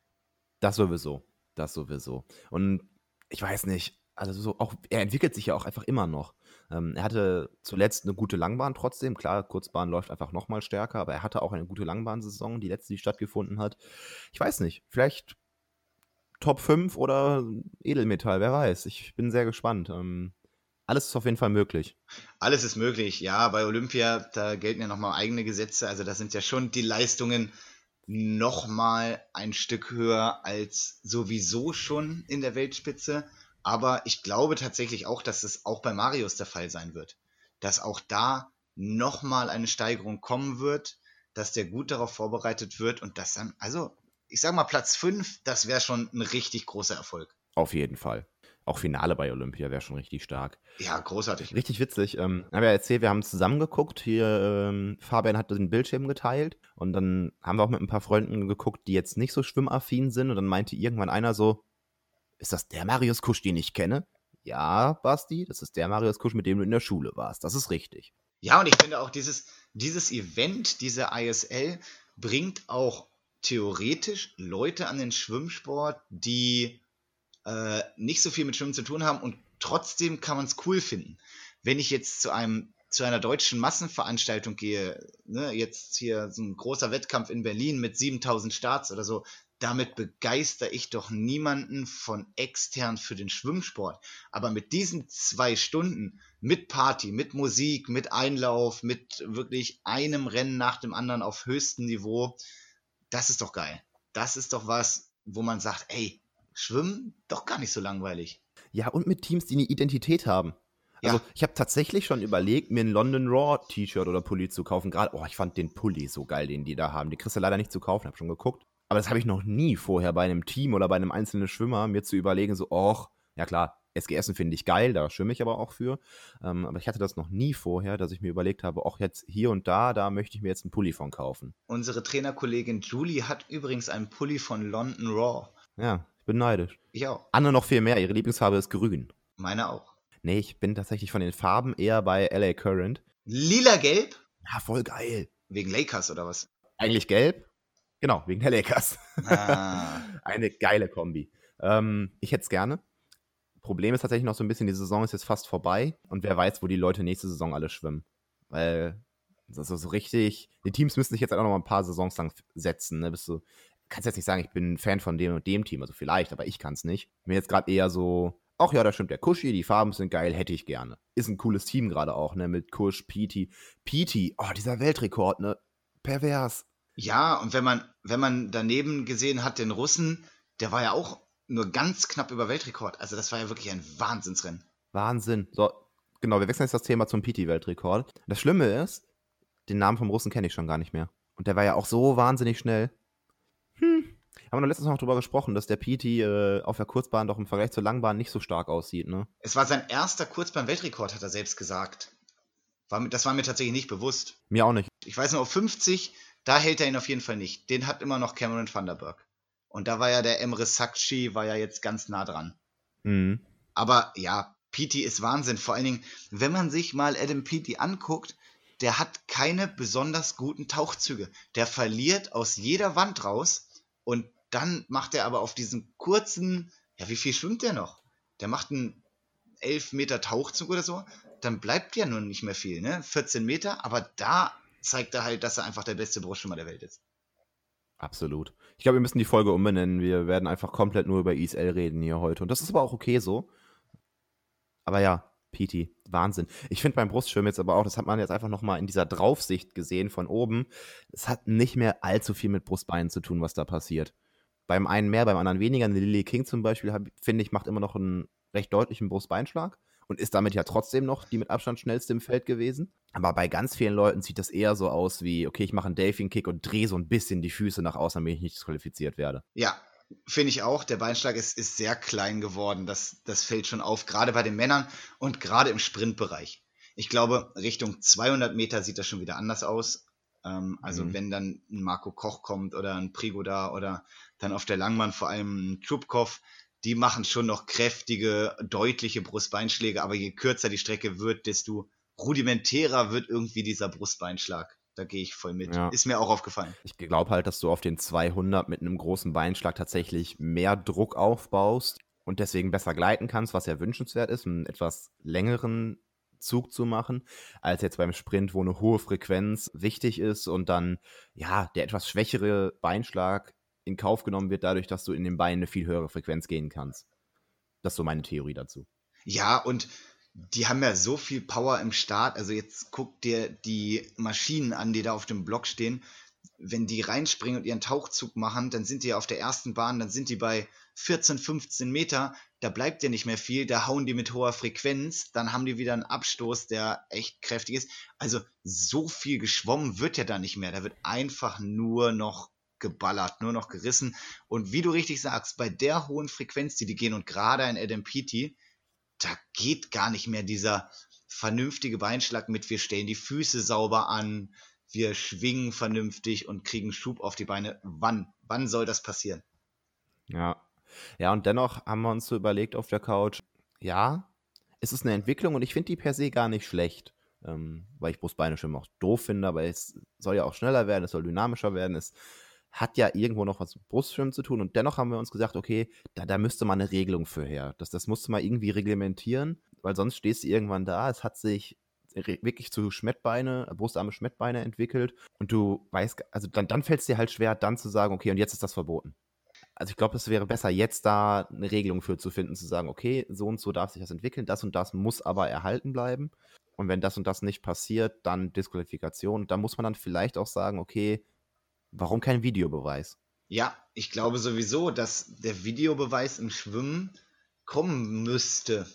Das sowieso. Das sowieso. Und ich weiß nicht, also so auch, er entwickelt sich ja auch einfach immer noch. Ähm, er hatte zuletzt eine gute Langbahn trotzdem. Klar, Kurzbahn läuft einfach noch mal stärker, aber er hatte auch eine gute Langbahn-Saison, die letzte, die stattgefunden hat. Ich weiß nicht, vielleicht Top fünf oder Edelmetall, wer weiß. Ich bin sehr gespannt. Ähm, alles ist auf jeden Fall möglich. Alles ist möglich, ja. Bei Olympia, da gelten ja nochmal eigene Gesetze. Also da sind ja schon die Leistungen nochmal ein Stück höher als sowieso schon in der Weltspitze. Aber ich glaube tatsächlich auch, dass es auch bei Marius der Fall sein wird. Dass auch da nochmal eine Steigerung kommen wird, dass der gut darauf vorbereitet wird und dass dann, also ich sag mal Platz fünf, das wäre schon ein richtig großer Erfolg. Auf jeden Fall. Auch Finale bei Olympia wäre schon richtig stark. Ja, großartig. Richtig witzig. Ähm, haben wir ja erzählt, wir haben zusammen geguckt. Hier, ähm, Fabian hat den Bildschirm geteilt. Und dann haben wir auch mit ein paar Freunden geguckt, die jetzt nicht so schwimmaffin sind. Und dann meinte irgendwann einer so, ist das der Marius Kusch, den ich kenne? Ja, Basti, das ist der Marius Kusch, mit dem du in der Schule warst. Das ist richtig. Ja, und ich finde auch, dieses, dieses Event, diese I S L, bringt auch theoretisch Leute an den Schwimmsport, die äh, nicht so viel mit Schwimmen zu tun haben und trotzdem kann man es cool finden. Wenn ich jetzt zu einem zu einer deutschen Massenveranstaltung gehe, ne, jetzt hier so ein großer Wettkampf in Berlin mit siebentausend Starts oder so, damit begeister ich doch niemanden von extern für den Schwimmsport. Aber mit diesen zwei Stunden, mit Party, mit Musik, mit Einlauf, mit wirklich einem Rennen nach dem anderen auf höchstem Niveau, das ist doch geil. Das ist doch was, wo man sagt, ey, Schwimmen, doch gar nicht so langweilig. Ja, und mit Teams, die eine Identität haben. Also, Ja. ich habe tatsächlich schon überlegt, mir ein London Raw T-Shirt oder Pulli zu kaufen. Gerade, oh, ich fand den Pulli so geil, den die da haben. Den kriegst du leider nicht zu kaufen, habe schon geguckt. Aber das habe ich noch nie vorher bei einem Team oder bei einem einzelnen Schwimmer mir zu überlegen, so, och, ja klar, S G Essen finde ich geil, da schwimme ich aber auch für. Ähm, aber ich hatte das noch nie vorher, dass ich mir überlegt habe, och, jetzt hier und da, da möchte ich mir jetzt einen Pulli von kaufen. Unsere Trainerkollegin Julie hat übrigens einen Pulli von London Raw. Ja, ich bin neidisch. Ich auch. Anne noch viel mehr, ihre Lieblingsfarbe ist grün. Meine auch. Nee, ich bin tatsächlich von den Farben eher bei L A Current. Lila-gelb? Ja, voll geil. Wegen Lakers oder was? Eigentlich gelb. Genau, wegen der Lakers. Ah. Eine geile Kombi. Ähm, ich hätte es gerne. Problem ist tatsächlich noch so ein bisschen, die Saison ist jetzt fast vorbei und wer weiß, wo die Leute nächste Saison alle schwimmen. Weil, das ist so richtig, die Teams müssen sich jetzt auch noch mal ein paar Saisons lang setzen. Ne? Bist du, kannst jetzt nicht sagen, ich bin ein Fan von dem und dem Team, also vielleicht, aber ich kann es nicht. Mir jetzt gerade eher so, ach ja, da stimmt der Kuschi, die Farben sind geil, hätte ich gerne. Ist ein cooles Team gerade auch, ne, mit Kusch, Petey. Petey, oh, dieser Weltrekord, ne, pervers. Ja, und wenn man, wenn man daneben gesehen hat, den Russen, der war ja auch nur ganz knapp über Weltrekord. Also das war ja wirklich ein Wahnsinnsrennen. Wahnsinn. So, genau, wir wechseln jetzt das Thema zum Petey-Weltrekord. Das Schlimme ist, den Namen vom Russen kenne ich schon gar nicht mehr. Und der war ja auch so wahnsinnig schnell. Hm. Haben wir noch letztens noch drüber gesprochen, dass der Petey äh, auf der Kurzbahn doch im Vergleich zur Langbahn nicht so stark aussieht, ne? Es war sein erster Kurzbahn-Weltrekord, hat er selbst gesagt. War, mir- das war mir tatsächlich nicht bewusst. Mir auch nicht. Ich weiß nur, auf fünfzig, da hält er ihn auf jeden Fall nicht. Den hat immer noch Cameron van der Berg. Und da war ja der Emre Sakci, war ja jetzt ganz nah dran. Mhm. Aber ja, Petey ist Wahnsinn. Vor allen Dingen, wenn man sich mal Adam Petey anguckt, der hat keine besonders guten Tauchzüge. Der verliert aus jeder Wand raus und dann macht er aber auf diesen kurzen, ja, wie viel schwimmt der noch? Der macht einen elf Meter Tauchzug oder so, dann bleibt ja nun nicht mehr viel, ne? vierzehn Meter, aber da zeigt er halt, dass er einfach der beste Brustschwimmer der Welt ist. Absolut. Ich glaube, wir müssen die Folge umbenennen. Wir werden einfach komplett nur über I S L reden hier heute. Und das ist aber auch okay so. Aber ja, Petey, Wahnsinn. Ich finde beim Brustschwimmen jetzt aber auch, das hat man jetzt einfach nochmal in dieser Draufsicht gesehen von oben, es hat nicht mehr allzu viel mit Brustbeinen zu tun, was da passiert. Beim einen mehr, beim anderen weniger. Eine Lily King zum Beispiel, hab- finde ich, macht immer noch einen recht deutlichen Brustbeinschlag und ist damit ja trotzdem noch die mit Abstand schnellste im Feld gewesen. Aber bei ganz vielen Leuten sieht das eher so aus wie, okay, ich mache einen Delfin-Kick und drehe so ein bisschen die Füße nach außen, damit ich nicht disqualifiziert werde. Ja, finde ich auch. Der Beinschlag ist, ist sehr klein geworden. Das, das fällt schon auf, gerade bei den Männern und gerade im Sprintbereich. Ich glaube, Richtung zweihundert Meter sieht das schon wieder anders aus. Ähm, also Mhm. wenn dann ein Marco Koch kommt oder ein Prigoda oder dann auf der Langbahn vor allem ein Tschupkov, die machen schon noch kräftige, deutliche Brustbeinschläge, aber je kürzer die Strecke wird, desto rudimentärer wird irgendwie dieser Brustbeinschlag. Da gehe ich voll mit. Ja. Ist mir auch aufgefallen. Ich glaube halt, dass du auf den zweihundert mit einem großen Beinschlag tatsächlich mehr Druck aufbaust und deswegen besser gleiten kannst, was ja wünschenswert ist, einen etwas längeren Zug zu machen, als jetzt beim Sprint, wo eine hohe Frequenz wichtig ist und dann, ja, der etwas schwächere Beinschlag in Kauf genommen wird, dadurch, dass du in den Beinen eine viel höhere Frequenz gehen kannst. Das ist so meine Theorie dazu. Ja, und die haben ja so viel Power im Start. Also jetzt guck dir die Maschinen an, die da auf dem Block stehen. Wenn die reinspringen und ihren Tauchzug machen, dann sind die ja auf der ersten Bahn, dann sind die bei vierzehn, fünfzehn Meter. Da bleibt ja nicht mehr viel. Da hauen die mit hoher Frequenz. Dann haben die wieder einen Abstoß, der echt kräftig ist. Also so viel geschwommen wird ja da nicht mehr. Da wird einfach nur noch geballert, nur noch gerissen. Und wie du richtig sagst, bei der hohen Frequenz, die die gehen und gerade ein Adam Peaty, da geht gar nicht mehr dieser vernünftige Beinschlag mit, wir stellen die Füße sauber an, wir schwingen vernünftig und kriegen Schub auf die Beine. Wann? Wann soll das passieren? Ja. Ja, und dennoch haben wir uns so überlegt auf der Couch, ja, es ist eine Entwicklung und ich finde die per se gar nicht schlecht, ähm, weil ich Brustbeineschwimmen auch doof finde, aber es soll ja auch schneller werden, es soll dynamischer werden, es hat ja irgendwo noch was mit Brustschwimmen zu tun und dennoch haben wir uns gesagt, okay, da, da müsste mal eine Regelung für her. Das, das musste mal irgendwie reglementieren, weil sonst stehst du irgendwann da, es hat sich re- wirklich zu Schmettbeine, brustarme Schmettbeine entwickelt und du weißt, also dann, dann fällt es dir halt schwer, dann zu sagen, okay, und jetzt ist das verboten. Also ich glaube, es wäre besser, jetzt da eine Regelung für zu finden, zu sagen, okay, so und so darf sich das entwickeln, das und das muss aber erhalten bleiben. Und wenn das und das nicht passiert, dann Disqualifikation. Da muss man dann vielleicht auch sagen, okay, warum kein Videobeweis? Ja, ich glaube sowieso, dass der Videobeweis im Schwimmen kommen müsste.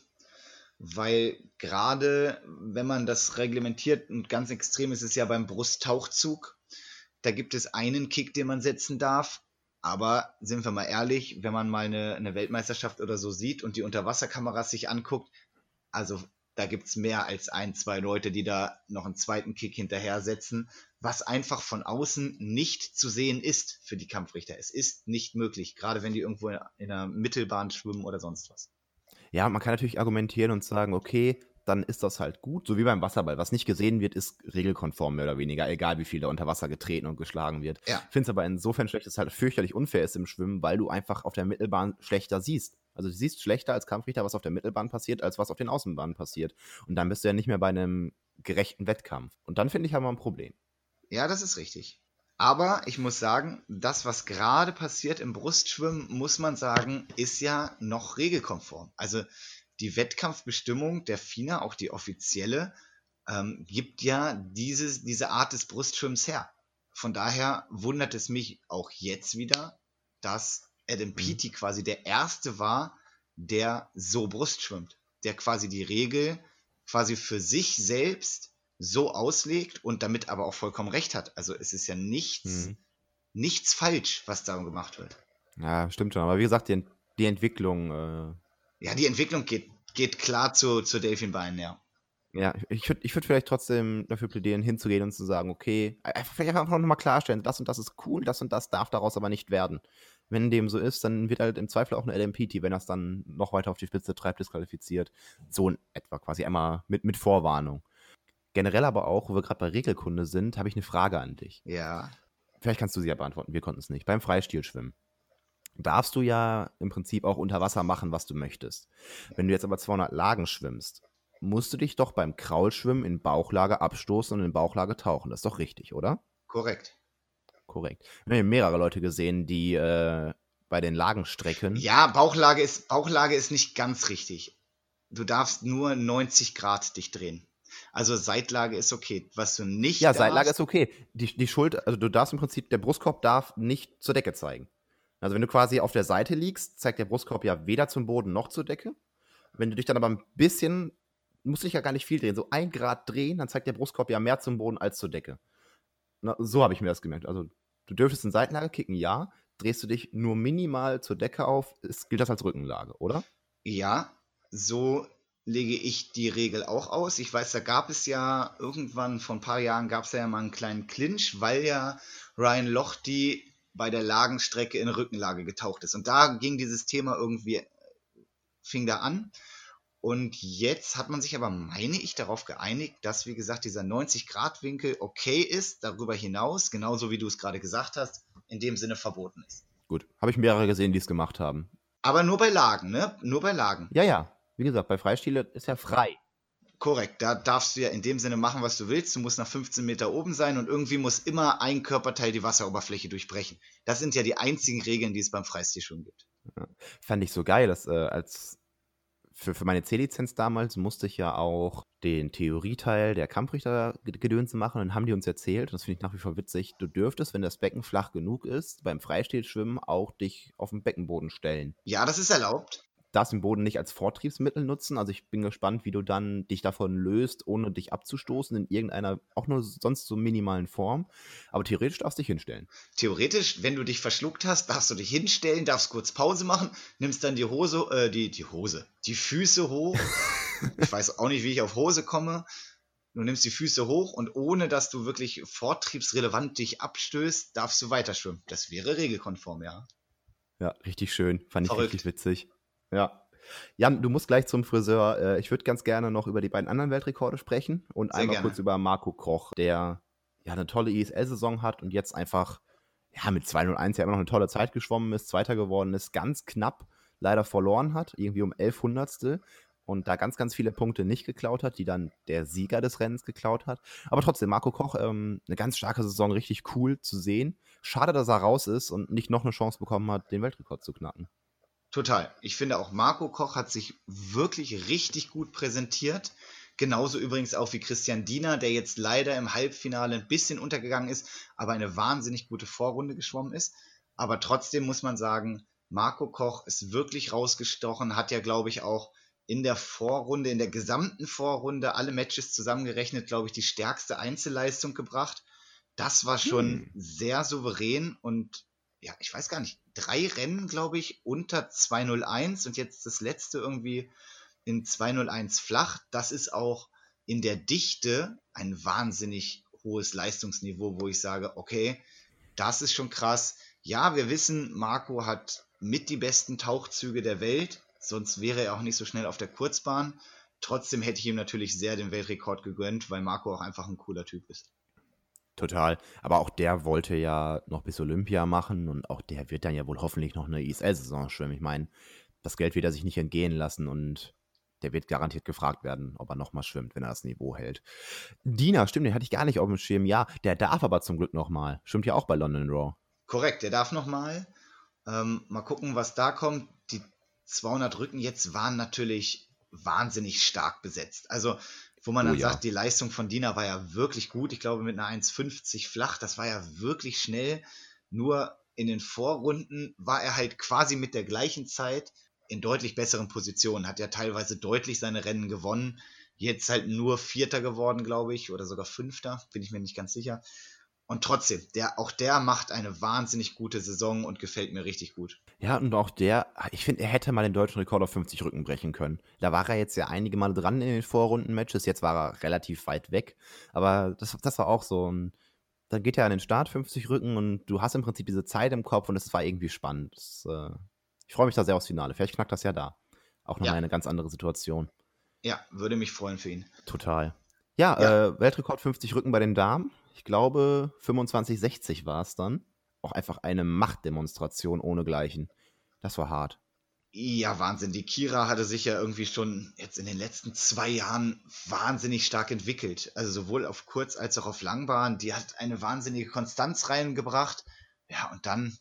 Weil gerade wenn man das reglementiert, und ganz extrem ist es ja beim Brusttauchzug, da gibt es einen Kick, den man setzen darf. Aber sind wir mal ehrlich, wenn man mal eine, eine Weltmeisterschaft oder so sieht und die Unterwasserkameras sich anguckt, also da gibt es mehr als ein, zwei Leute, die da noch einen zweiten Kick hinterher setzen, was einfach von außen nicht zu sehen ist für die Kampfrichter. Es ist nicht möglich, gerade wenn die irgendwo in, in einer Mittelbahn schwimmen oder sonst was. Ja, man kann natürlich argumentieren und sagen, okay, dann ist das halt gut, so wie beim Wasserball. Was nicht gesehen wird, ist regelkonform mehr oder weniger, egal wie viel da unter Wasser getreten und geschlagen wird. Ja, Ich finde es aber insofern schlecht, dass es halt fürchterlich unfair ist im Schwimmen, weil du einfach auf der Mittelbahn schlechter siehst. Also du siehst schlechter als Kampfrichter, was auf der Mittelbahn passiert, als was auf den Außenbahnen passiert. Und dann bist du ja nicht mehr bei einem gerechten Wettkampf. Und dann finde ich, haben wir ein Problem. ja, das ist richtig. Aber ich muss sagen, das, was gerade passiert im Brustschwimmen, muss man sagen, ist ja noch regelkonform. Also die Wettkampfbestimmung der FINA, auch die offizielle, ähm, gibt ja dieses, diese Art des Brustschwimmens her. Von daher wundert es mich auch jetzt wieder, dass Adam Mhm. Peaty quasi der Erste war, der so Brust schwimmt. Der quasi die Regel quasi für sich selbst so auslegt und damit aber auch vollkommen recht hat. Also es ist ja nichts, Mhm. nichts falsch, was da gemacht wird. Ja, stimmt schon. Aber wie gesagt, die, die Entwicklung, äh, Ja, die Entwicklung geht, geht klar zu, zu Delfinbeinen, ja. ja, ich würde ich würd vielleicht trotzdem dafür plädieren, hinzugehen und zu sagen, okay, einfach, vielleicht einfach nochmal klarstellen, das und das ist cool, das und das darf daraus aber nicht werden. Wenn dem so ist, dann wird halt im Zweifel auch eine L M P T, wenn das dann noch weiter auf die Spitze treibt, disqualifiziert. So in etwa quasi einmal mit, mit Vorwarnung. Generell aber auch, wo wir gerade bei Regelkunde sind, habe ich eine Frage an dich. Ja. Vielleicht kannst du sie ja beantworten, wir konnten es nicht. Beim Freistilschwimmen darfst du ja im Prinzip auch unter Wasser machen, was du möchtest. Wenn du jetzt aber zweihundert Lagen schwimmst, musst du dich doch beim Kraulschwimmen in Bauchlage abstoßen und in Bauchlage tauchen. Das ist doch richtig, oder? Korrekt. Korrekt. Wir haben ja mehrere Leute gesehen, die äh, bei den Lagenstrecken. Ja, Bauchlage ist, Bauchlage ist nicht ganz richtig. Du darfst nur neunzig Grad dich drehen. Also Seitlage ist okay. Was du nicht Ja, darfst, Seitlage ist okay. Die, die Schulter, also du darfst im Prinzip, der Brustkorb darf nicht zur Decke zeigen. Also wenn du quasi auf der Seite liegst, zeigt der Brustkorb ja weder zum Boden noch zur Decke. Wenn du dich dann aber ein bisschen, musst du dich ja gar nicht viel drehen, so ein Grad drehen, dann zeigt der Brustkorb ja mehr zum Boden als zur Decke. Na, so habe ich mir das gemerkt. Also du dürftest in Seitenlage kicken, ja. Drehst du dich nur minimal zur Decke auf, ist, gilt das als Rückenlage, oder? ja, so lege ich die Regel auch aus. Ich weiß, da gab es ja irgendwann vor ein paar Jahren gab es ja mal einen kleinen Clinch, weil ja Ryan Lochte bei der Lagenstrecke in Rückenlage getaucht ist. Und da ging dieses Thema irgendwie, fing da an. Und jetzt hat man sich aber, meine ich, darauf geeinigt, dass, wie gesagt, dieser neunzig-Grad-Winkel okay ist, darüber hinaus, genauso wie du es gerade gesagt hast, in dem Sinne verboten ist. Gut, habe ich mehrere gesehen, die es gemacht haben. Aber nur bei Lagen, ne? Nur bei Lagen. Ja, ja. Wie gesagt, bei Freistile ist ja frei. Korrekt, da darfst du ja in dem Sinne machen, was du willst. Du musst nach fünfzehn Meter oben sein und irgendwie muss immer ein Körperteil die Wasseroberfläche durchbrechen. Das sind ja die einzigen Regeln, die es beim Freistilschwimmen gibt. Ja. Fand ich so geil, dass äh, als für, für meine C-Lizenz damals musste ich ja auch den Theorieteil der Kampfrichter-Gedönse machen und haben die uns erzählt, und das finde ich nach wie vor witzig, du dürftest, wenn das Becken flach genug ist, beim Freistilschwimmen auch dich auf den Beckenboden stellen. Ja, das ist erlaubt. Darfst den Boden nicht als Vortriebsmittel nutzen, also ich bin gespannt, wie du dann dich davon löst, ohne dich abzustoßen in irgendeiner, auch nur sonst so minimalen Form, aber theoretisch darfst du dich hinstellen. Theoretisch, wenn du dich verschluckt hast, darfst du dich hinstellen, darfst kurz Pause machen, nimmst dann die Hose, äh, die, die Hose, die Füße hoch. Ich weiß auch nicht, wie ich auf Hose komme. Du nimmst die Füße hoch und ohne, dass du wirklich vortriebsrelevant dich abstößt, darfst du weiter schwimmen. Das wäre regelkonform, ja. Ja, richtig schön, fand ich Verrückt. richtig witzig. Ja. Jan, du musst gleich zum Friseur. Äh, Ich würde ganz gerne noch über die beiden anderen Weltrekorde sprechen und Sehr einmal gerne. kurz über Marco Koch, der ja eine tolle I S L-Saison hat und jetzt einfach ja, mit zwei null eins ja immer noch eine tolle Zeit geschwommen ist, Zweiter geworden ist, ganz knapp leider verloren hat, irgendwie um elf Hundertstel und da ganz, ganz viele Punkte nicht geklaut hat, die dann der Sieger des Rennens geklaut hat. Aber trotzdem, Marco Koch, ähm, eine ganz starke Saison, richtig cool zu sehen. Schade, dass er raus ist und nicht noch eine Chance bekommen hat, den Weltrekord zu knacken. Total. Ich finde auch Marco Koch hat sich wirklich richtig gut präsentiert. Genauso übrigens auch wie Christian Diener, der jetzt leider im Halbfinale ein bisschen untergegangen ist, aber eine wahnsinnig gute Vorrunde geschwommen ist. Aber trotzdem muss man sagen, Marco Koch ist wirklich rausgestochen, hat ja, glaube ich, auch in der Vorrunde, in der gesamten Vorrunde, alle Matches zusammengerechnet, glaube ich, die stärkste Einzelleistung gebracht. Das war schon Hm. sehr souverän und ja, ich weiß gar nicht, drei Rennen, glaube ich, unter zwei null eins und jetzt das letzte irgendwie in zwei null eins flach. Das ist auch in der Dichte ein wahnsinnig hohes Leistungsniveau, wo ich sage, okay, das ist schon krass. Ja, wir wissen, Marco hat mit die besten Tauchzüge der Welt, sonst wäre er auch nicht so schnell auf der Kurzbahn. Trotzdem hätte ich ihm natürlich sehr den Weltrekord gegönnt, weil Marco auch einfach ein cooler Typ ist. Total. Aber auch der wollte ja noch bis Olympia machen und auch der wird dann ja wohl hoffentlich noch eine I S L-Saison schwimmen. Ich meine, das Geld wird er sich nicht entgehen lassen und der wird garantiert gefragt werden, ob er nochmal schwimmt, wenn er das Niveau hält. Dina, stimmt, den hatte ich gar nicht auf dem Schirm. Ja, der darf aber zum Glück nochmal. Schwimmt ja auch bei London Raw. Korrekt, der darf nochmal. Ähm, mal gucken, was da kommt. Die zweihundert Rücken jetzt waren natürlich wahnsinnig stark besetzt. Also, wo man Oh dann ja. sagt, die Leistung von Dina war ja wirklich gut. Ich glaube, mit einer eins fünfzig flach, das war ja wirklich schnell. Nur in den Vorrunden war er halt quasi mit der gleichen Zeit in deutlich besseren Positionen. Hat ja teilweise deutlich seine Rennen gewonnen. Jetzt halt nur Vierter geworden, glaube ich, oder sogar Fünfter, bin ich mir nicht ganz sicher. Und trotzdem, der, auch der macht eine wahnsinnig gute Saison und gefällt mir richtig gut. Ja, und auch der, ich finde, er hätte mal den deutschen Rekord auf fünfzig Rücken brechen können. Da war er jetzt ja einige Male dran in den Vorrunden-Matches, jetzt war er relativ weit weg. Aber das, das war auch so ein, dann geht er an den Start, fünfzig Rücken, und du hast im Prinzip diese Zeit im Kopf und es war irgendwie spannend. Das, äh, ich freue mich da sehr aufs Finale. Vielleicht knackt das ja da. Auch nochmal Ja, eine ganz andere Situation. ja, würde mich freuen für ihn. Total. Ja, Ja, äh, Weltrekord fünfzig Rücken bei den Damen. Ich glaube, fünfundzwanzig sechzig war es dann. Auch einfach eine Machtdemonstration ohnegleichen. Das war hart. ja, Wahnsinn. Die Kira hatte sich ja irgendwie schon jetzt in den letzten zwei Jahren wahnsinnig stark entwickelt. Also sowohl auf Kurz- als auch auf Langbahn. Die hat eine wahnsinnige Konstanz reingebracht. Ja, und dann,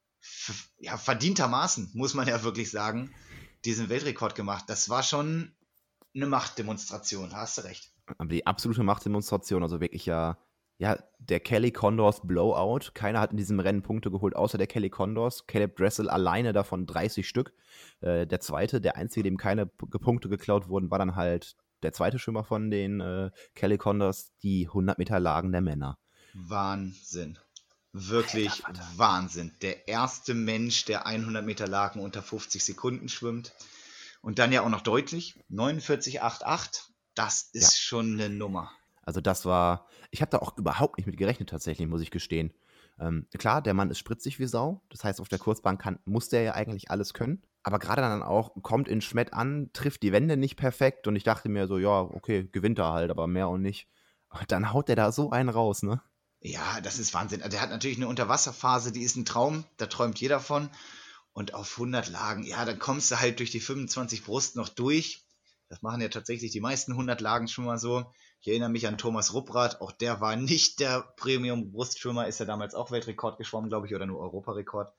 f- ja, verdientermaßen, muss man ja wirklich sagen, diesen Weltrekord gemacht. Das war schon eine Machtdemonstration, hast du recht. Aber die absolute Machtdemonstration, also wirklich ja, ja, der Kelly Condors Blowout. Keiner hat in diesem Rennen Punkte geholt, außer der Kelly Condors. Caleb Dressel alleine davon dreißig Stück. Äh, der zweite, der einzige, dem keine P- Punkte geklaut wurden, war dann halt der zweite Schwimmer von den äh, Kelly Condors, die hundert Meter Lagen der Männer. Wahnsinn. Alter Wirklich Vater. Wahnsinn. Der erste Mensch, der hundert Meter Lagen unter fünfzig Sekunden schwimmt. Und dann ja auch noch deutlich. neunundvierzig Komma achtundachtzig. Das Ja, ist schon eine Nummer. also das war, ich habe da auch überhaupt nicht mit gerechnet tatsächlich, muss ich gestehen. Ähm, klar, der Mann ist spritzig wie Sau, das heißt, auf der Kurzbahn kann, muss der ja eigentlich alles können, aber gerade dann auch, kommt in Schmett an, trifft die Wände nicht perfekt und ich dachte mir so, ja, okay, gewinnt er halt, aber mehr und nicht. Und dann haut der da so einen raus, ne? Ja, das ist Wahnsinn. Der hat natürlich eine Unterwasserphase, die ist ein Traum. Da träumt jeder von. Und auf hundert Lagen, ja, dann kommst du halt durch die fünfundzwanzig Brust noch durch. Das machen ja tatsächlich die meisten hundert Lagen schon mal so. Ich erinnere mich an Thomas Rupprath, auch der war nicht der Premium-Brustschwimmer, ist ja damals auch Weltrekord geschwommen, glaube ich, oder nur Europarekord.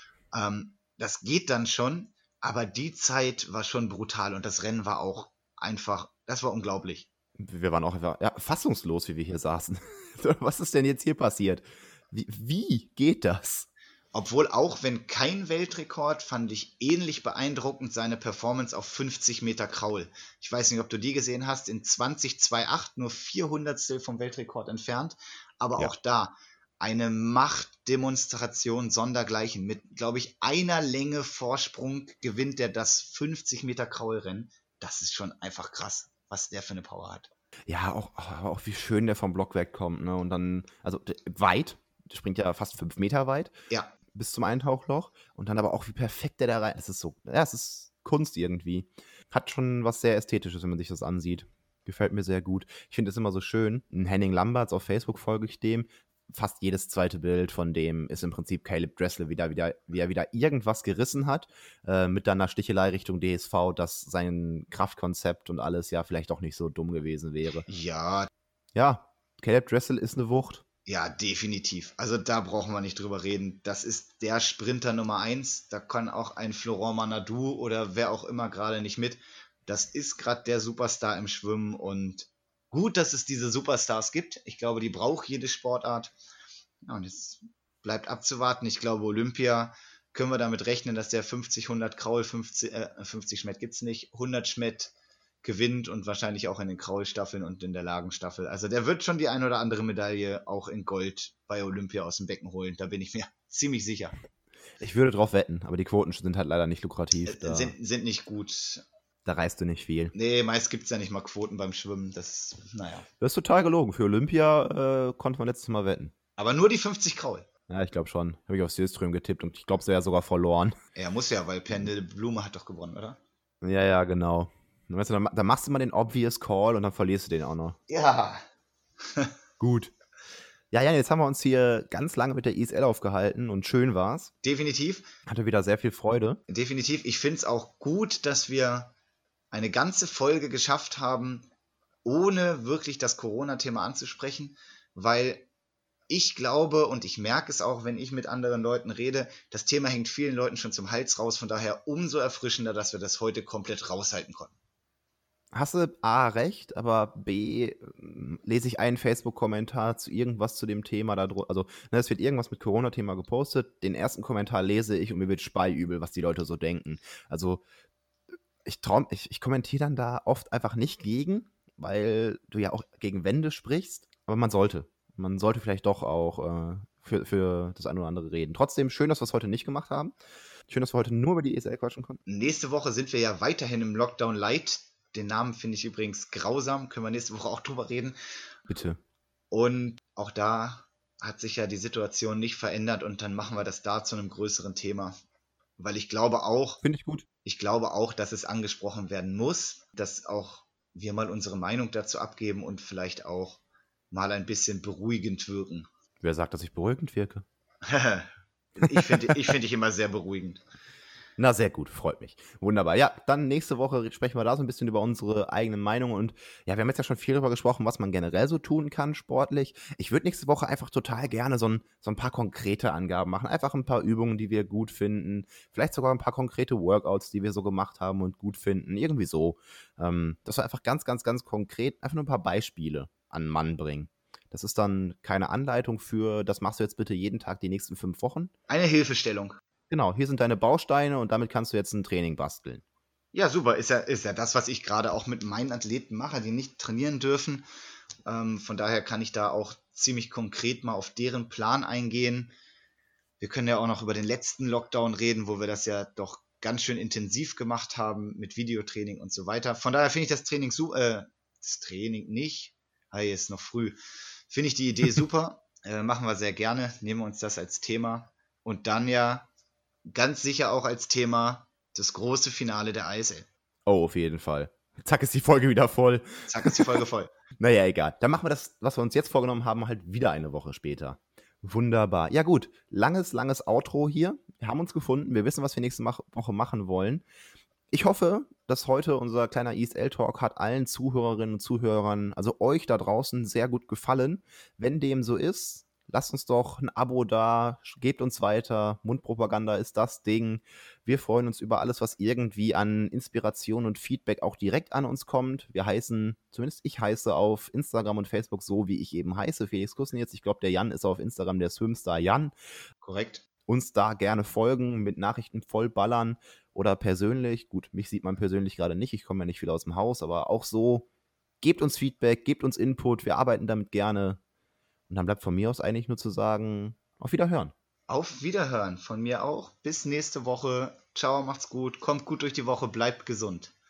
Ähm, das geht dann schon, aber die Zeit war schon brutal und das Rennen war auch einfach, das war unglaublich. Wir waren auch einfach, ja, fassungslos, wie wir hier saßen. Was ist denn jetzt hier passiert? Wie, wie geht das? Obwohl auch wenn kein Weltrekord, fand ich ähnlich beeindruckend seine Performance auf fünfzig Meter Kraul. Ich weiß nicht, ob du die gesehen hast, in zwanzig Komma achtundzwanzig, nur vier Hundertstel vom Weltrekord entfernt. Aber Ja. auch da eine Machtdemonstration sondergleichen. Mit, glaube ich, einer Länge Vorsprung gewinnt er das fünfzig Meter Kraulrennen. Das ist schon einfach krass, was der für eine Power hat. Ja, auch, aber auch wie schön der vom Block wegkommt, ne? Und dann, also d- weit, der springt ja fast fünf Meter weit Ja, bis zum Eintauchloch und dann aber auch wie perfekt der da rein. Es ist so, ja, es ist Kunst irgendwie. Hat schon was sehr Ästhetisches, wenn man sich das ansieht. Gefällt mir sehr gut. Ich finde es immer so schön. Ein Henning Lamberts, auf Facebook folge ich dem. Fast jedes zweite Bild von dem ist im Prinzip Caleb Dressel, wieder, wieder, wie er wieder irgendwas gerissen hat, äh, mit einer Stichelei Richtung D S V, dass sein Kraftkonzept und alles ja vielleicht doch nicht so dumm gewesen wäre. Ja. Ja, Caleb Dressel ist eine Wucht. Ja, definitiv. Also da brauchen wir nicht drüber reden. Das ist der Sprinter Nummer eins. Da kann auch ein Florent Manadou oder wer auch immer gerade nicht mit. Das ist gerade der Superstar im Schwimmen und gut, dass es diese Superstars gibt. Ich glaube, die braucht jede Sportart. Ja, und jetzt bleibt abzuwarten. Ich glaube, Olympia können wir damit rechnen, dass der fünfzig, hundert Kraul, fünfzig, äh, fünfzig Schmett gibt es nicht, hundert Schmett gewinnt und wahrscheinlich auch in den Kraulstaffeln und in der Lagenstaffel. Also der wird schon die ein oder andere Medaille auch in Gold bei Olympia aus dem Becken holen. Da bin ich mir ziemlich sicher. Ich würde drauf wetten, aber die Quoten sind halt leider nicht lukrativ. Da sind, sind nicht gut. Da reißt du nicht viel. Nee, meist gibt es ja nicht mal Quoten beim Schwimmen. Das, naja. Das ist total gelogen. Für Olympia äh, konnte man letztes Mal wetten. Aber nur die fünfzig Kraul. Ja, ich glaube schon. Habe ich auf Sjöström getippt und ich glaube, sie hat sogar verloren. Er muss ja, weil Pendel Blume hat doch gewonnen, oder? Ja, ja, genau. Weißt du, dann, dann machst du mal den obvious Call und dann verlierst du den auch noch. Ja. Gut. Ja, Jan, jetzt haben wir uns hier ganz lange mit der I S L aufgehalten und schön war's. Definitiv. Hatte wieder sehr viel Freude. Definitiv. Ich finde es auch gut, dass wir eine ganze Folge geschafft haben, ohne wirklich das Corona-Thema anzusprechen, weil ich glaube und ich merke es auch, wenn ich mit anderen Leuten rede, das Thema hängt vielen Leuten schon zum Hals raus, von daher umso erfrischender, dass wir das heute komplett raushalten konnten. Hast du A, recht, aber B, lese ich einen Facebook-Kommentar zu irgendwas zu dem Thema da drunter. Also, ne, es wird irgendwas mit Corona-Thema gepostet. Den ersten Kommentar lese ich und mir wird speiübel, was die Leute so denken. Also, ich, traum, ich, ich kommentiere dann da oft einfach nicht gegen, weil du ja auch gegen Wände sprichst. Aber man sollte. Man sollte vielleicht doch auch äh, für, für das eine oder andere reden. Trotzdem schön, dass wir es heute nicht gemacht haben. Schön, dass wir heute nur über die E S L quatschen konnten. Nächste Woche sind wir ja weiterhin im Lockdown Light. Den Namen finde ich übrigens grausam. Können wir nächste Woche auch drüber reden. Bitte. Und auch da hat sich ja die Situation nicht verändert und dann machen wir das da zu einem größeren Thema. Weil ich glaube auch, Finde ich gut. Ich glaube auch, dass es angesprochen werden muss, dass auch wir mal unsere Meinung dazu abgeben und vielleicht auch mal ein bisschen beruhigend wirken. Wer sagt, dass ich beruhigend wirke? ich finde ich find dich immer sehr beruhigend. Na, sehr gut, freut mich. Wunderbar. Ja, dann nächste Woche sprechen wir da so ein bisschen über unsere eigenen Meinungen und ja, wir haben jetzt ja schon viel darüber gesprochen, was man generell so tun kann sportlich. Ich würde nächste Woche einfach total gerne so ein, so ein paar konkrete Angaben machen. Einfach ein paar Übungen, die wir gut finden. Vielleicht sogar ein paar konkrete Workouts, die wir so gemacht haben und gut finden. Irgendwie so. Ähm, dass wir einfach ganz, ganz, ganz konkret einfach nur ein paar Beispiele an den Mann bringen. Das ist dann keine Anleitung für, das machst du jetzt bitte jeden Tag die nächsten fünf Wochen. Eine Hilfestellung. Genau, hier sind deine Bausteine und damit kannst du jetzt ein Training basteln. Ja, super. Ist ja, ist ja das, was ich gerade auch mit meinen Athleten mache, die nicht trainieren dürfen. Ähm, von daher kann ich da auch ziemlich konkret mal auf deren Plan eingehen. Wir können ja auch noch über den letzten Lockdown reden, wo wir das ja doch ganz schön intensiv gemacht haben mit Videotraining und so weiter. Von daher finde ich das Training super, äh, das Training nicht, hey, ist noch früh, finde ich die Idee super, äh, machen wir sehr gerne, nehmen wir uns das als Thema und dann ja ganz sicher auch als Thema das große Finale der I S L. Oh, auf jeden Fall. Zack ist die Folge wieder voll. Zack ist die Folge voll. Naja, egal. Dann machen wir das, was wir uns jetzt vorgenommen haben, halt wieder eine Woche später. Wunderbar. Ja gut, langes, langes Outro hier. Wir haben uns gefunden. Wir wissen, was wir nächste Woche machen wollen. Ich hoffe, dass heute unser kleiner I S L-Talk hat allen Zuhörerinnen und Zuhörern, also euch da draußen, sehr gut gefallen. Wenn dem so ist, lasst uns doch ein Abo da, gebt uns weiter. Mundpropaganda ist das Ding. Wir freuen uns über alles, was irgendwie an Inspiration und Feedback auch direkt an uns kommt. Wir heißen, zumindest ich heiße auf Instagram und Facebook so, wie ich eben heiße, Felix Kusnitz. Ich glaube, der Jan ist auf Instagram der Swimstar Jan. Korrekt. Uns da gerne folgen, mit Nachrichten vollballern oder persönlich. Gut, mich sieht man persönlich gerade nicht, ich komme ja nicht viel aus dem Haus, aber auch so, gebt uns Feedback, gebt uns Input, wir arbeiten damit gerne. Und dann bleibt von mir aus eigentlich nur zu sagen, auf Wiederhören. Auf Wiederhören von mir auch. Bis nächste Woche. Ciao, macht's gut. Kommt gut durch die Woche. Bleibt gesund.